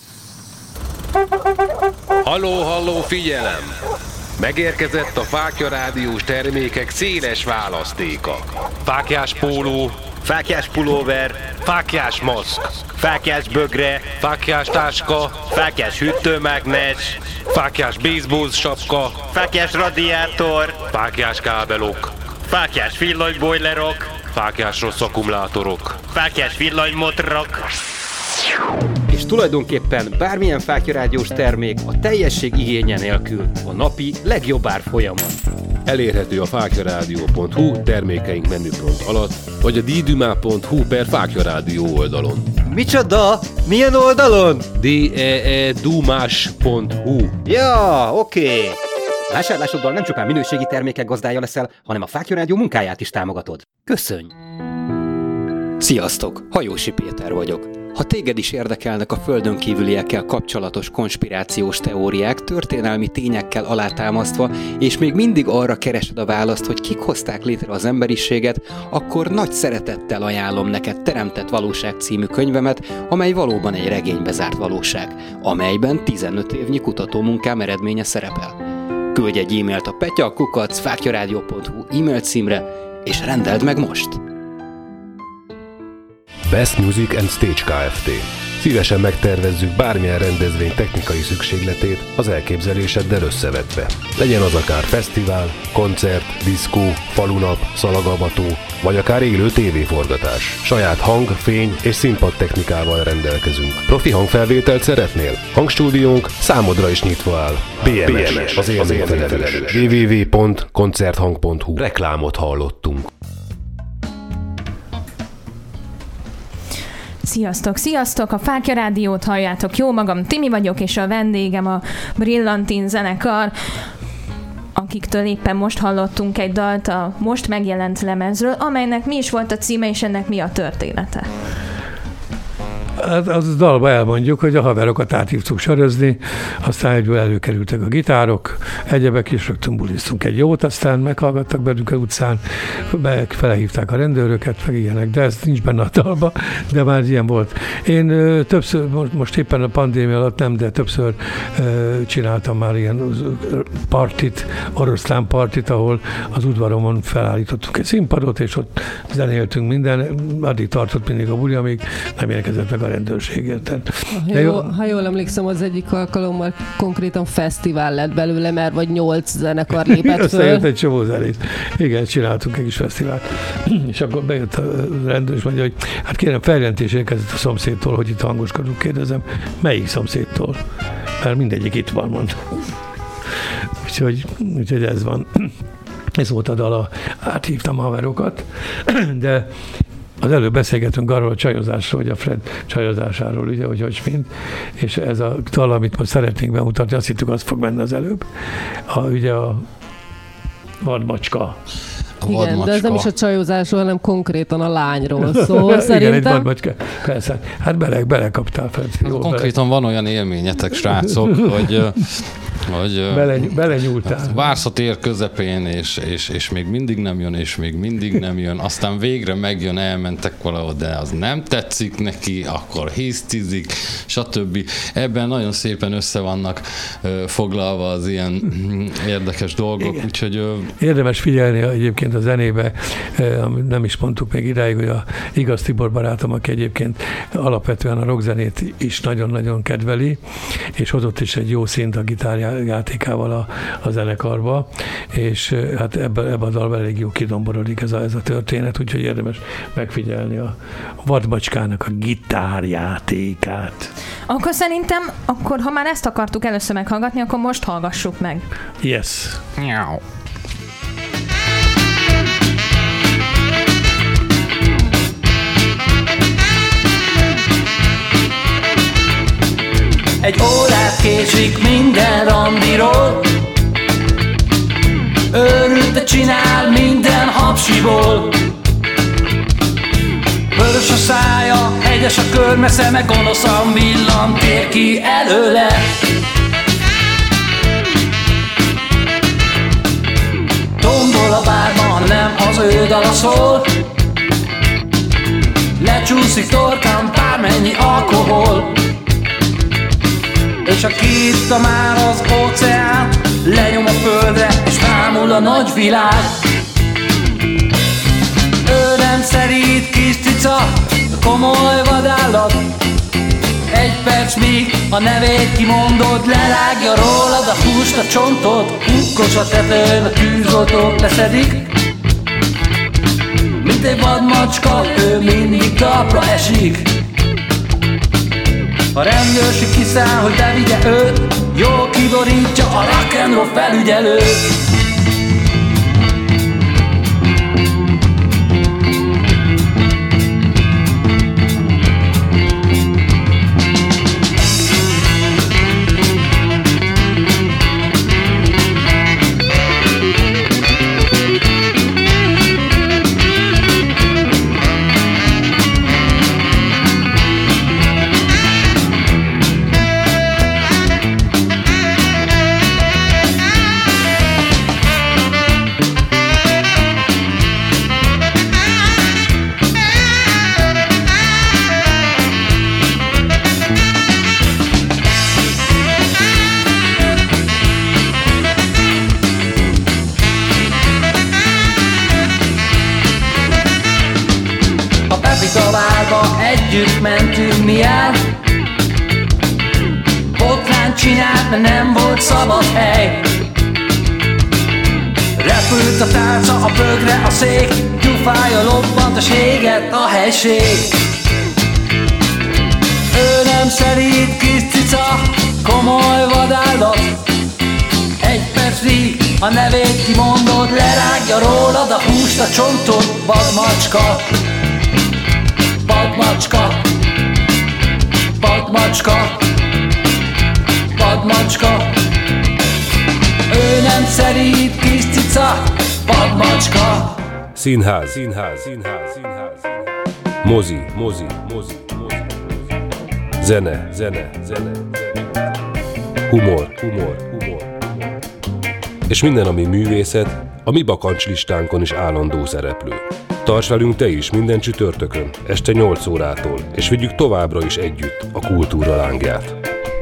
Halló, halló, figyelem! Megérkezett a Fákja Rádiós termékek széles választéka. Fáklyás póló, fáklyás pulóver, fáklyás maszk, fáklyás bögre, fáklyás táska, fáklyás hűtőmágnes, fáklyás baseball sapka, fáklyás radiátor, fáklyás kábelok, fáklyás villanybojlerok, fáklyás rossz akkumulátorok, fáklyás villanymotorok. És tulajdonképpen bármilyen Fákja Rádiós termék a teljesség igénye nélkül a napi legjobb árfolyamon. elérhető a fákjarádió pont hu termékeink menüpont alatt, vagy a ddumá pont hu per fákjarádió oldalon. Micsoda? Milyen oldalon? d e e dumás pont hu. Ja, oké. Okay. Vásárlásoddal nem csupán minőségi termékek gazdája leszel, hanem a Fáklya Rádió munkáját is támogatod. Köszönj! Sziasztok! Hajósi Péter vagyok. Ha téged is érdekelnek a földön kívüliekkel kapcsolatos konspirációs teóriák, történelmi tényekkel alátámasztva, és még mindig arra keresed a választ, hogy kik hozták létre az emberiséget, akkor nagy szeretettel ajánlom neked Teremtett Valóság című könyvemet, amely valóban egy regénybe zárt valóság, amelyben tizenöt évnyi kutatómunkám eredménye szerepel. Küldj egy e-mailt a petya kukac fáklyaradio pont hu e-mail címre, és rendeld meg most! Best Music and Stage Kft. Szívesen megtervezzük bármilyen rendezvény technikai szükségletét az elképzeléseddel összevetve. Legyen az akár fesztivál, koncert, diszkó, falunap, szalagavató, vagy akár élő tévéforgatás. Saját hang, fény és színpad technikával rendelkezünk. Profi hangfelvételt szeretnél? Hangstúdiónk számodra is nyitva áll. bé em es, az élményfelelős. double-u double-u double-u pont koncerthang pont hu. Reklámot hallottunk. Sziasztok, sziasztok! A Fáklya Rádiót halljátok, jó magam, Timi vagyok, és a vendégem a Brillantin zenekar, akiktől éppen most hallottunk egy dalt a most megjelent lemezről, amelynek mi is volt a címe, és ennek mi a története. Az, az dalba elmondjuk, hogy a haverokat áthívtuk sörözni, aztán egyből előkerültek a gitárok, egyebek is, rögtön buliztunk egy jót, aztán meghallgattak bennünk az utcán, be, felehívták a rendőröket, meg ilyenek, de ez nincs benne a dalba, de már ilyen volt. Én ö, többször, most éppen a pandémia alatt nem, de többször ö, csináltam már ilyen partit, oroszlán partit, ahol az udvaromon felállítottunk egy színpadot, és ott zenéltünk minden, addig tartott mindig a buli, amíg nem érkezett meg a rendőrségért. Ha, jó, ha jól emlékszem, az egyik alkalommal konkrétan fesztivál lett belőle, mert vagy nyolc zenekar lépett föl. Összejött egy csomó zenét. Igen, csináltunk egy kis fesztivált. És akkor bejött a rendőr, és mondja, hogy hát kérem, feljelentés érkezett a szomszédtól, hogy itt hangoskodunk, kérdezem, melyik szomszédtól? Mert mindegyik itt van, mondta. Úgyhogy, úgyhogy ez van. Ez volt a dala, áthívtam a haverokat, de az előbb beszélgetünk arról a csajozásról, hogy a Fred csajozásáról, ugye, hogy hogy mint, és ez a dal, amit most szeretnénk bemutatni, azt hittük, az fog menni az előbb. A, ugye a vadmacska. Igen, vadmacska. De ez nem is a csajozásról, hanem konkrétan a lányról szól, szerintem. Igen, egy vadmacska. Persze. Hát bele, belekaptál, Fred. Jó, konkrétan bele. Van olyan élményetek, srácok, hogy... hogy Bele, belenyúltál. Hát vársz a tér közepén, és, és, és még mindig nem jön, és még mindig nem jön. Aztán végre megjön, elmentek valahol, de az nem tetszik neki, akkor hisztizik, stb. Ebben nagyon szépen össze vannak ö, foglalva az ilyen érdekes dolgok. Úgyhogy, ö... érdemes figyelni egyébként a zenébe, nem is mondtuk még idáig, hogy a Igaz Tibor barátom, aki egyébként alapvetően a rockzenét is nagyon-nagyon kedveli, és hozott is egy jó szint a gitárját játékával a, a zenekarba, és hát ebben ebbe a dalban elég jó kidomborodik ez a, ez a történet, úgyhogy érdemes megfigyelni a vadmacskának a gitárjátékát. Akkor szerintem, akkor ha már ezt akartuk először meghallgatni, akkor most hallgassuk meg. Yes. Miau. Egy órát késik minden randiról, őrültet csinál minden hapsiból. Vörös a szája, hegyes a körme, szeme gonoszan villant, tér ki előle. Tombol a bárban, nem az ő dala szól, lecsúszik torkán bármennyi alkohol. És a kiitta már az óceán, lenyom a földre, és bámul a nagy világ. Ő nem szerít kis cica, komoly vadállat. Egy perc míg a nevét kimondod, lerágja rólad a húst, a csontot. Hukkos a tetőn, a tűzoltók leszedik. Mint egy vadmacska, ő mindig talpra esik. A rendőrség kiszáll, hogy bevigye őt, jól kiborítja a rock'n'roll felügyelőt. együtt mentünk mi el. Botrányt csinált, mert nem volt szabad hely. Repült a tálca, a bögre, a szék, gyufája lobbant, és égett a helység. Ő nem szerint kis cica, komoly vadállat. Egy percig a nevét kimondod, lerágja rólad a húst a csonton. Vadmacska, vadmacska, vadmacska, vadmacska. Ő nem szerint kis cica, vadmacska. Színház, színház, színház, színház. Mozi, mozi, mozi, mozi. Zene, zene, zene, zene. Humor, humor, humor. És minden, ami művészet, a mi bakancslistánkon is állandó szereplő. Tarts velünk te is minden csütörtökön, este nyolc órától, és vigyük továbbra is együtt a kultúra lángját.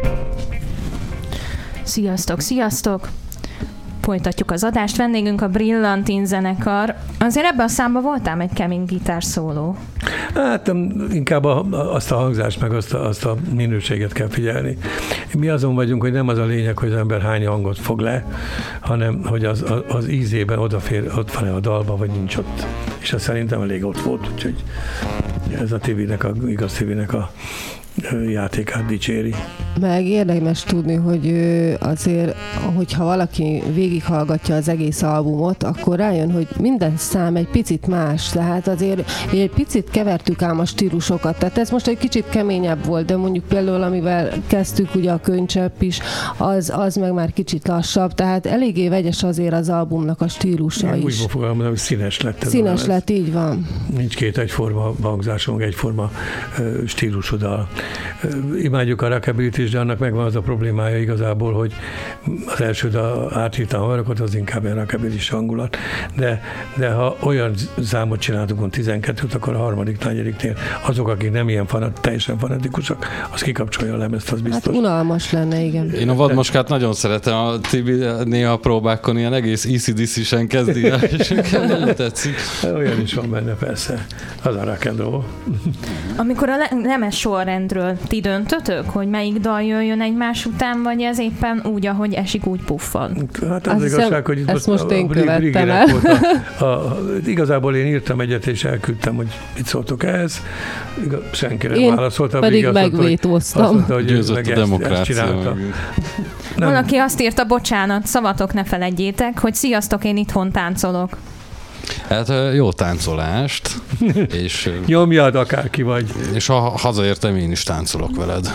Sziasztok, sziasztok! Folytatjuk az adást. Vendégünk a Brillantin zenekar. Azért ebben a számban voltál egy kemény gitárszóló. Hát inkább a, azt a hangzást, meg azt a, azt a minőséget kell figyelni. Mi azon vagyunk, hogy nem az a lényeg, hogy az ember hány hangot fog le, hanem hogy az, az, az ízében odafér, ott van-e a dalba, vagy nincs ott. És az szerintem elég ott volt, úgyhogy ez a tévének, a igaz tévének a játékát dicséri. Meg érdemes tudni, hogy azért, hogyha valaki végighallgatja az egész albumot, akkor rájön, hogy minden szám egy picit más, tehát azért egy picit kevertük ám a stílusokat, tehát ez most egy kicsit keményebb volt, de mondjuk például amivel kezdtük, ugye a Könycsepp is, az, az meg már kicsit lassabb, tehát eléggé vegyes azért az albumnak a stílusa ja, is. Úgy fogalmazom, hogy színes lett. Ez színes lett, így van. Nincs két egyforma hangzásunk, egyforma uh, stílusú dal. Imádjuk a rockabilit is, de annak megvan az a problémája igazából, hogy az első dal átírtam hamarokat, az inkább egy rockabilis hangulat, de, de ha olyan számot csináltunk, tizenkettőt, akkor a harmadik, negyediknél azok, akik nem ilyen fanat, teljesen fanatikusak, az kikapcsolja a lemezt, az biztos. Hát unalmas lenne, igen. Én a vadmacskát nagyon szeretem, a Tibi néha próbákon ilyen egész á cé dé cé-sen kezdi el, és nekem nagyon tetszik. Olyan is van benne, persze. Az a rock and roll. Amikor a nemes sorrendről ti döntötök, hogy melyik dal jöjjön egymás után, vagy ez éppen úgy, ahogy esik, úgy puffan? Hát az, az igazság, hiszem, hogy ezt most, most én a, követtem el. A, a, a, igazából én írtam egyet, és elküldtem, hogy mit szóltok ehhez. Igaz, senki nem én válaszoltam. pedig megvétóztam. Győzött a demokrácia. Valaki azt írta, bocsánat, szavatok ne feledjétek, hogy sziasztok, én itthon táncolok. Hát jó táncolást. És, nyomjad, akárki vagy. És ha hazaértem, én is táncolok veled.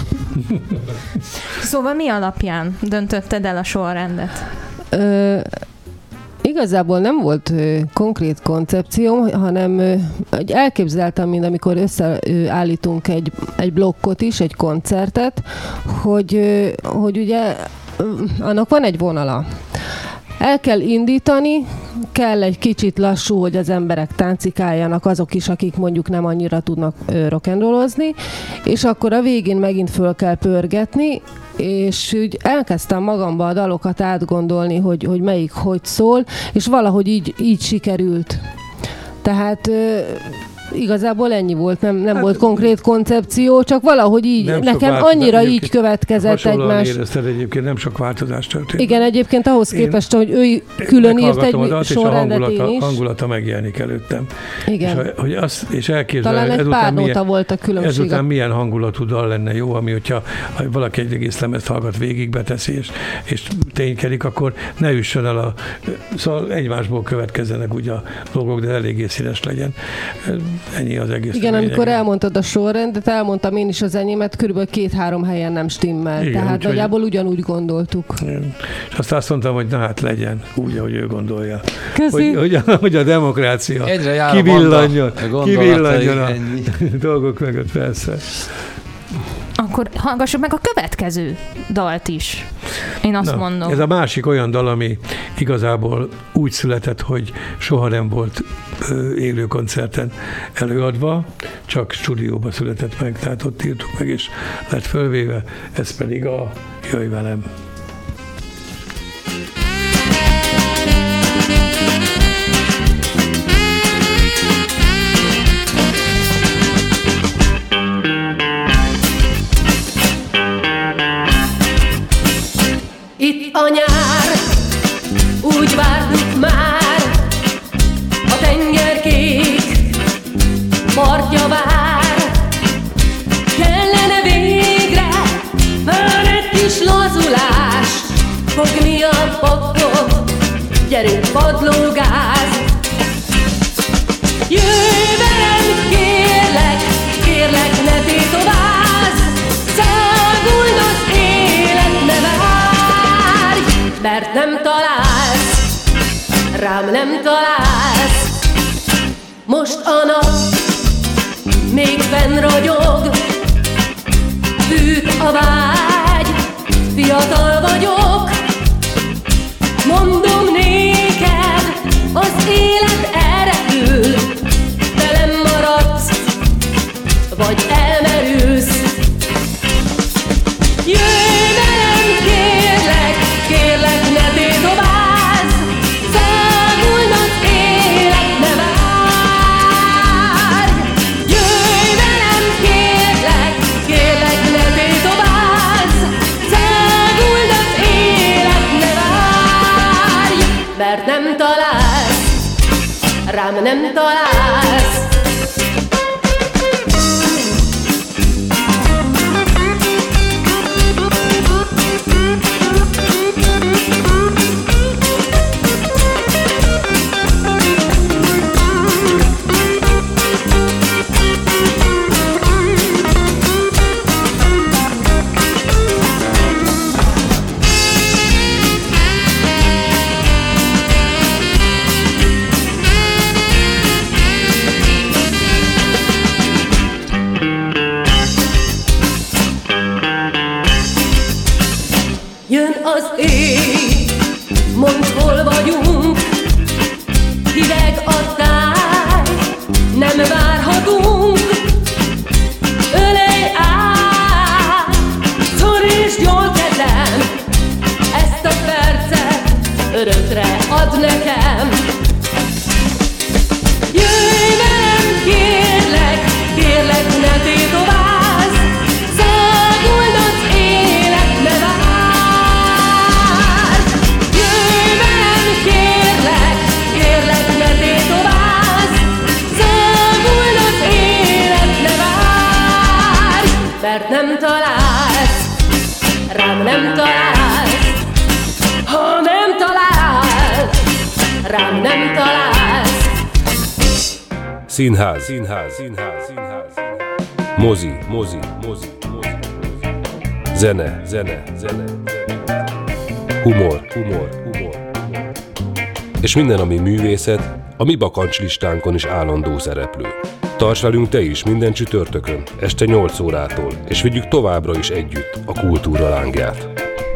Szóval mi alapján döntötted el a sorrendet? Ö, igazából nem volt ö, konkrét koncepcióm, hanem ö, elképzeltem, mint amikor összeállítunk egy, egy blokkot is, egy koncertet, hogy, ö, hogy ugye ö, annak van egy vonala. El kell indítani, kell egy kicsit lassú, hogy az emberek táncikáljanak, azok is, akik mondjuk nem annyira tudnak rock'n'rollozni, és akkor a végén megint föl kell pörgetni, és úgy elkezdtem magamba a dalokat átgondolni, hogy, hogy melyik hogy szól, és valahogy így, így sikerült. Tehát igazából ennyi volt, nem, nem hát, volt konkrét koncepció, csak valahogy így, nekem annyira így következett egymás. Érezted egyébként, nem sok változás történt. Igen, egyébként ahhoz képest, én hogy ő külön írt egy sorrendet én is. A hangulata megjelenik előttem. Igen. És, hogy azt, és elképzelni, talán egy pár nóta volt a különbség. Ezután milyen hangulatú dal lenne jó, ami hogyha valaki egy egész lemezt hallgat végig, beteszi, és, és ténykedik, akkor ne üssön el a... Szóval egymásból következzenek úgy a dolgok, de eléggé színes legyen. Ennyi az egész. Igen, amikor elmondtad a sorrendet, elmondtam én is az enyémet, körülbelül két-három helyen nem stimmel. Igen, tehát úgy, nagyjából hogy... ugyanúgy gondoltuk. Igen. És aztán azt mondtam, hogy na hát legyen úgy, ahogy ő gondolja. Hogy, hogy, a, hogy a demokrácia kivillanjon, kivillanjon a, a dolgok mögött, persze. Akkor hallgassuk meg a következő dalt is. Én azt Na, mondom. Ez a másik olyan dal, ami igazából úgy született, hogy soha nem volt ö, élő koncerten előadva, csak stúdióba született meg, tehát ott írtuk meg, és lett fölvéve, ez pedig a Jöjj velem. hogy vártuk már, a tenger kék partja vár. Kellene végre már egy kis lazulás, fogni a pakkot, gyerünk padlógáz. Jöjj velem, kérlek, kérlek, ne tétovázz, száguld az élet, ne várj, mert nem találsz, rám nem találsz. Most a nap még fenn ragyog, fűt a vágy, fiatal vagyok. Mondom néked, az élet elrepül, velem maradsz, vagy elmerülsz. Jöjj velem, kérlek, kérlek, ne tétovázz, száguld az élet, ne várj. Jöjj velem, kérlek, kérlek, ne tétovázz, száguld az élet, ne várj, mert nem találsz, rám nem találsz. Jön az éj, mondd, hol vagyunk, hideg a táj, nem várhatunk. Ölej át, szorítsd jól kezem, ezt a percet örökre add nekem. Jöjj velem, kérlek, kérlek, ne tétovázz, száguld az élet, ne várj. Mert nem találsz, rám nem találsz, ha nem találsz, rám nem találsz. Színház, színház, színház, színház. Mozi, mozi, mozi, mozi. Zene, zene, zene, zene. Humor, humor, humor. És minden, ami művészet, a mi bakancslistánkon is állandó szereplő. Tarts velünk te is minden csütörtökön, este nyolc órától, és vigyük továbbra is együtt a kultúra lángját.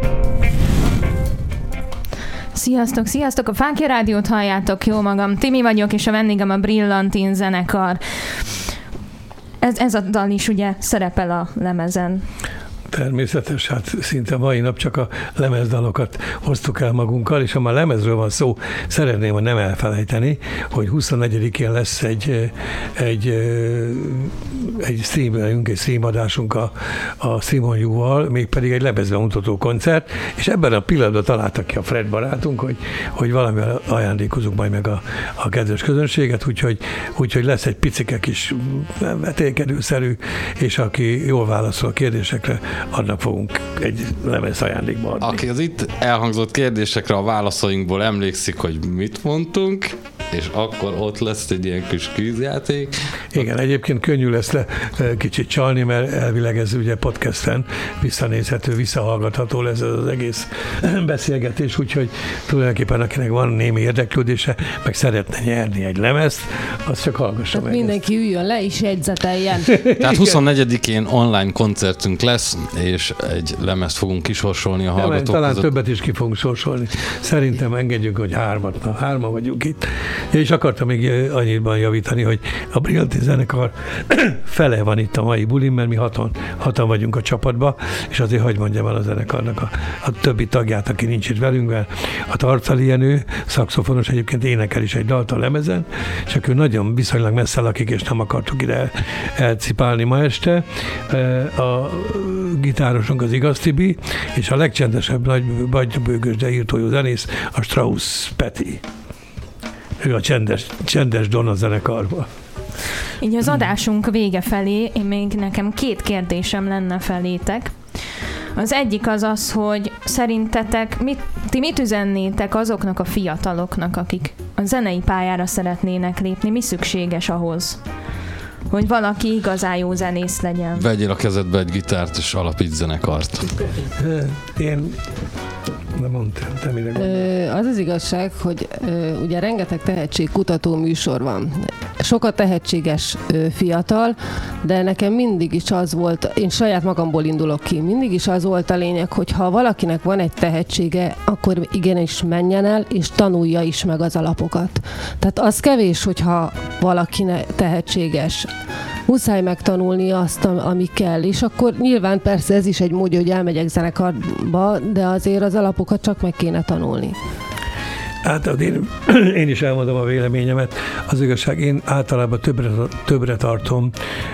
Sziasztok, sziasztok! A Fákja Rádiót halljátok, jó magam. Timi vagyok, és a vendégem a Brillantin zenekar. Ez, ez a dal is ugye szerepel a lemezen. Természetes, hát szinte mai nap csak a lemezdalokat hoztuk el magunkkal, és ha már lemezről van szó, szeretném nem elfelejteni, hogy huszonnegyedikén lesz egy, egy, egy streamelünk, egy streamadásunk a, a Simon Júval, mégpedig egy lemezbemutató koncert, és ebben a pillanatban találtak ki a Fred barátunk, hogy, hogy valamivel ajándékozunk majd meg a, a kedves közönséget, úgyhogy, úgyhogy lesz egy picike kis vetélkedőszerű, és aki jól válaszol a kérdésekre, annak fogunk egy lemez ajándékba adni. Aki az itt elhangzott kérdésekre a válaszainkból emlékszik, hogy mit mondtunk, és akkor ott lesz egy ilyen kis kvízjáték. Igen, egyébként könnyű lesz le kicsit csalni, mert elvileg ez ugye podcasten visszanézhető, visszahallgatható lesz ez az egész beszélgetés, úgyhogy tulajdonképpen akinek van némi érdeklődése, meg szeretne nyerni egy lemezt, az csak hallgassa meg. Mindenki ezt. Üljön le és jegyzeteljen. Tehát huszonnegyedikén online koncertünk lesz, és egy lemezt fogunk kisorsolni a hallgatók Talán között. Többet is ki fogunk sorsolni. Szerintem engedjük, hogy hármat. Na, hárma vagyunk itt. És akartam még annyiban javítani, hogy a Brillantin zenekar fele van itt a mai bulin, mert mi hatan, hatan vagyunk a csapatban, és azért hagy mondjam el a zenekarnak a, a többi tagját, aki nincs itt velünk, mert a Tarcali Jenő, szaxofonos, egyébként énekel is egy dalt a lemezen, csak ő nagyon viszonylag messze lakik, és nem akartuk ide elcipálni ma este. A gitárosunk az Igaz Tibi, és a legcsendesebb nagybőgős, de írtójó zenész a Strauss Peti. Ő a csendes, csendes Dona zenekarban. Így az adásunk vége felé, én még nekem két kérdésem lenne felétek. Az egyik az az, hogy szerintetek mit, ti mit üzennétek azoknak a fiataloknak, akik a zenei pályára szeretnének lépni, mi szükséges ahhoz, hogy valaki igazán jó zenész legyen? Vegyél a kezedbe egy gitárt, és alapíts zenekart. Én nem mondtam, te mire gondolsz? Az az igazság, hogy ugye rengeteg tehetségkutató műsor van. Sok a tehetséges fiatal, de nekem mindig is az volt, én saját magamból indulok ki, mindig is az volt a lényeg, hogy ha valakinek van egy tehetsége, akkor igenis menjen el, és tanulja is meg az alapokat. Tehát az kevés, hogyha valaki tehetséges. Muszáj megtanulni azt, ami kell, és akkor nyilván persze ez is egy módja, hogy elmegyek zenekarba, de azért az alapokat csak meg kéne tanulni. Hát én, én is elmondom a véleményemet. Az igazság, én általában többre, többre tartom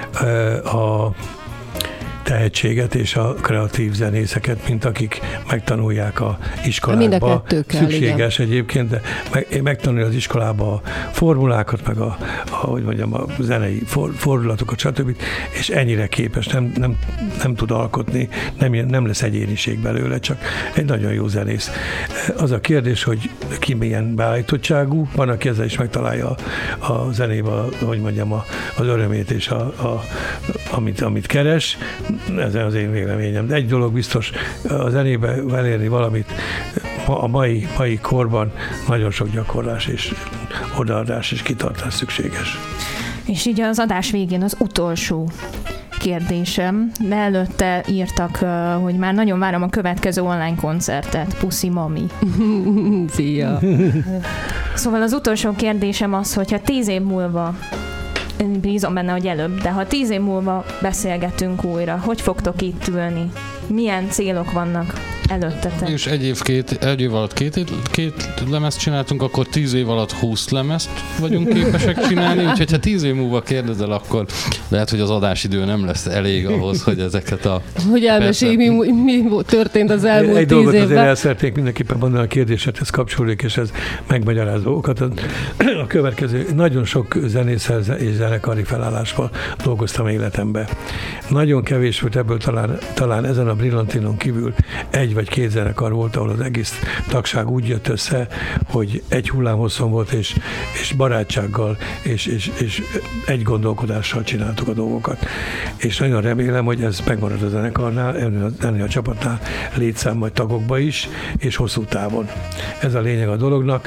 a tehetséget és a kreatív zenészeket, mint akik megtanulják a iskolába. Szükséges igen. Egyébként, de meg, megtanulni az iskolába a formulákat, meg a, a hogy mondjam, a zenei for, fordulatokat, stb. És ennyire képes, nem, nem, nem tud alkotni, nem, nem lesz egyéniség belőle, csak egy nagyon jó zenész. Az a kérdés, hogy ki milyen beállítottságú, van, aki ezzel is megtalálja a, a zenébe, hogy mondjam, a, az örömét és a, a, amit, amit keres. Ez az én véleményem. De egy dolog biztos, a zenébe elérni valamit a mai, mai korban nagyon sok gyakorlás és odaadás és kitartás szükséges. És így az adás végén az utolsó kérdésem, de előtte írtak, hogy már nagyon várom a következő online koncertet. Puszi mami. Szia! Szóval az utolsó kérdésem az, hogyha tíz év múlva, bízom benne, hogy előbb, de ha tíz év múlva beszélgetünk újra, hogy fogtok itt ülni? Milyen célok vannak előttetek? És egy év, két, egy év alatt két, két lemezt csináltunk, akkor tíz év alatt húsz lemezt vagyunk képesek csinálni, úgyhogy ha tíz év múlva kérdezel, akkor lehet, hogy az adásidő nem lesz elég ahhoz, hogy ezeket a... Hogy elmeséljük, mi, mi történt az elmúlt egy tíz évben. Egy dolgot azért el szeretnék mindenképpen mondani, a kérdésedhez kapcsolódik, és ez megmagyaráz dolgokat. A következő, nagyon sok zenésszel és zenekari felállásban dolgoztam életemben. Nagyon kevés volt ebből, talán, talán ezen a Brillantinon kívül egy vagy két zenekar volt, ahol az egész tagság úgy jött össze, hogy egy hullámhosszon volt, és, és barátsággal, és, és, és egy gondolkodással csináltuk a dolgokat. És nagyon remélem, hogy ez megmarad a zenekarnál, ennél a csapatnál, létszám majd tagokba is, és hosszú távon. Ez a lényeg a dolognak.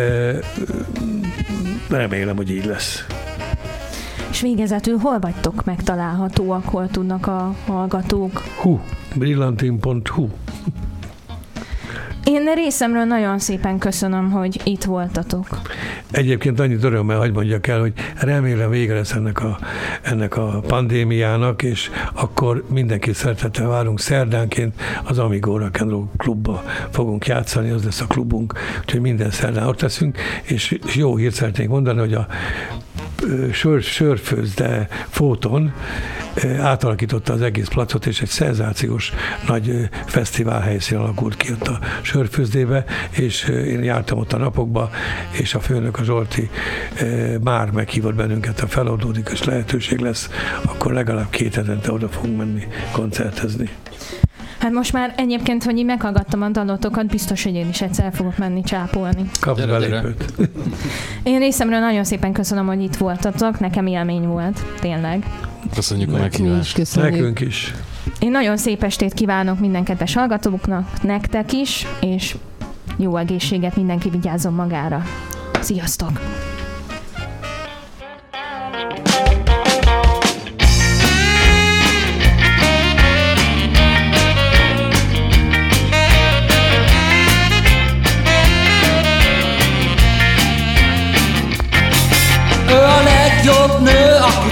Remélem, hogy így lesz. És végezetül hol vagytok megtalálhatóak, hol tudnak a hallgatók? Hú, brillantin pont hu. Én részemről nagyon szépen köszönöm, hogy itt voltatok. Egyébként annyit örömmel hagy mondjak el, hogy remélem vége lesz ennek a, ennek a pandémiának, és akkor mindenkit szeretettel várunk. Szerdánként az Amigo Rock and Roll klubba fogunk játszani, az lesz a klubunk, úgyhogy minden szerdán ott leszünk, és, és jó hírt szeretnék mondani, hogy a sör, sörfőzde Fóton átalakította az egész placot, és egy szenzációs nagy fesztivál helyszín alakult ki ott a sörfőzdébe, és én jártam ott a napokba, és a főnök, a Zsolti már meghívott bennünket, ha feloldódik, és lehetőség lesz, akkor legalább két hetente oda fogunk menni koncertezni. Hát most már egyébként, hogy így meghallgattam a dalotokat, biztos, hogy én is egyszer fogok menni csápolni. Kapd belépőt. Én részemről nagyon szépen köszönöm, hogy itt voltatok, nekem élmény volt, tényleg. Köszönjük a meghívást. Nekünk is. Én nagyon szép estét kívánok minden kedves hallgatóknak, nektek is, és jó egészséget, mindenki vigyázzon magára. Sziasztok!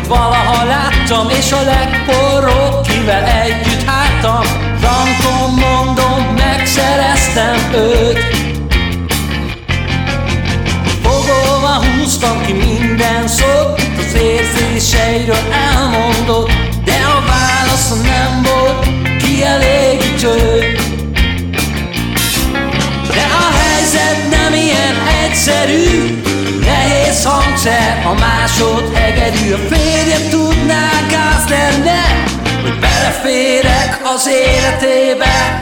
valaha láttam, és a legforróbb, kivel együtt hártam. Frankon mondom, megszereztem őt. Fogolva húztam ki minden szót, az érzéseiről elmondott, de a válasza nem volt kielégítő. De a helyzet nem ilyen egyszerű, nehéz hangszer a másodhegedű. A férjem tudná, gáz lenne, hogy beleférek az életébe.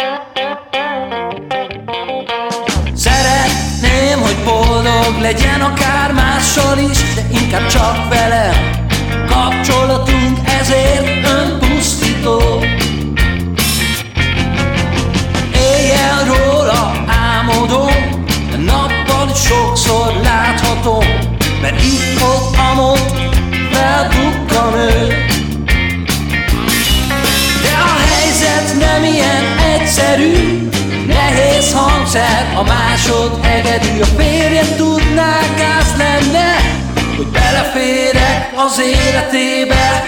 Szeretném, hogy boldog legyen akár mással is, de inkább csak velem. Kapcsolatunk ezért önpusztító. Éjjel róla álmodom, de nappal is sokszor láthatom, mert itt-ott amott felbukkan ő. De a helyzet nem ilyen egyszerű, nehéz hangszer a másodhegedű. A férjem tudná, gáz lenne, hogy beleférek az életébe.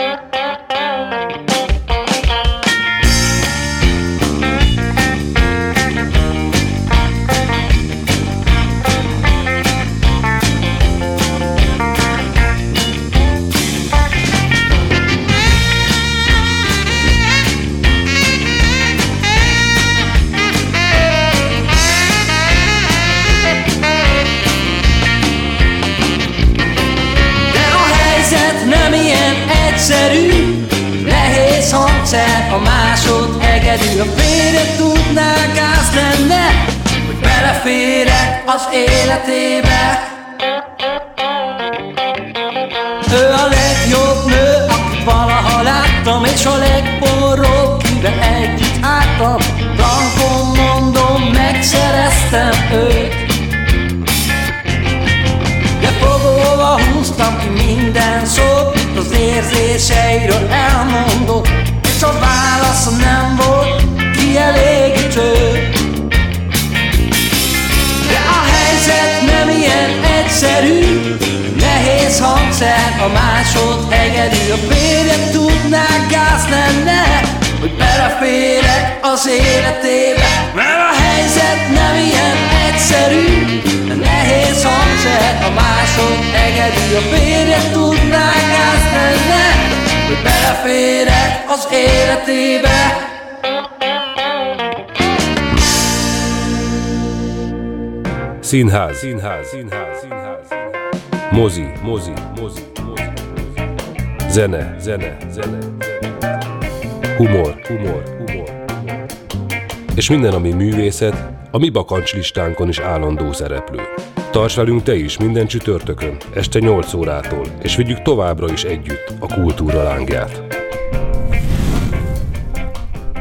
Nehéz hangszer a másodhegedű. A férjem tudná, gáz lenne, hogy beleférek az életébe. Ő a legjobb nő, akit valaha láttam, és a legforróbb, kivel együtt hártam. Frankon mondom, megszereztem őt. De fogolva húztam ki minden szót, az érzéseiről elmondott, és a válasz nem volt kielégítő. De a helyzet nem ilyen egyszerű, nehéz hangszer a másodhegedű. A férjem tudná, gáz lenne, hogy beleférek az életébe. Mert a helyzet nem ilyen egyszerű, nehéz hangszer a másodhegedű. A férjem tudná, gáz lenne, hogy beleférek az életébe. Színház, színház, színház, színház. Mozi, mozi, mozi, mozi. Zene, zene, zene. Humor, humor, humor. És minden, ami művészet, a mi bakancslistánkon is állandó szereplő. Tarts velünk te is minden csütörtökön, este nyolc órától, és vigyük továbbra is együtt a kultúra lángját.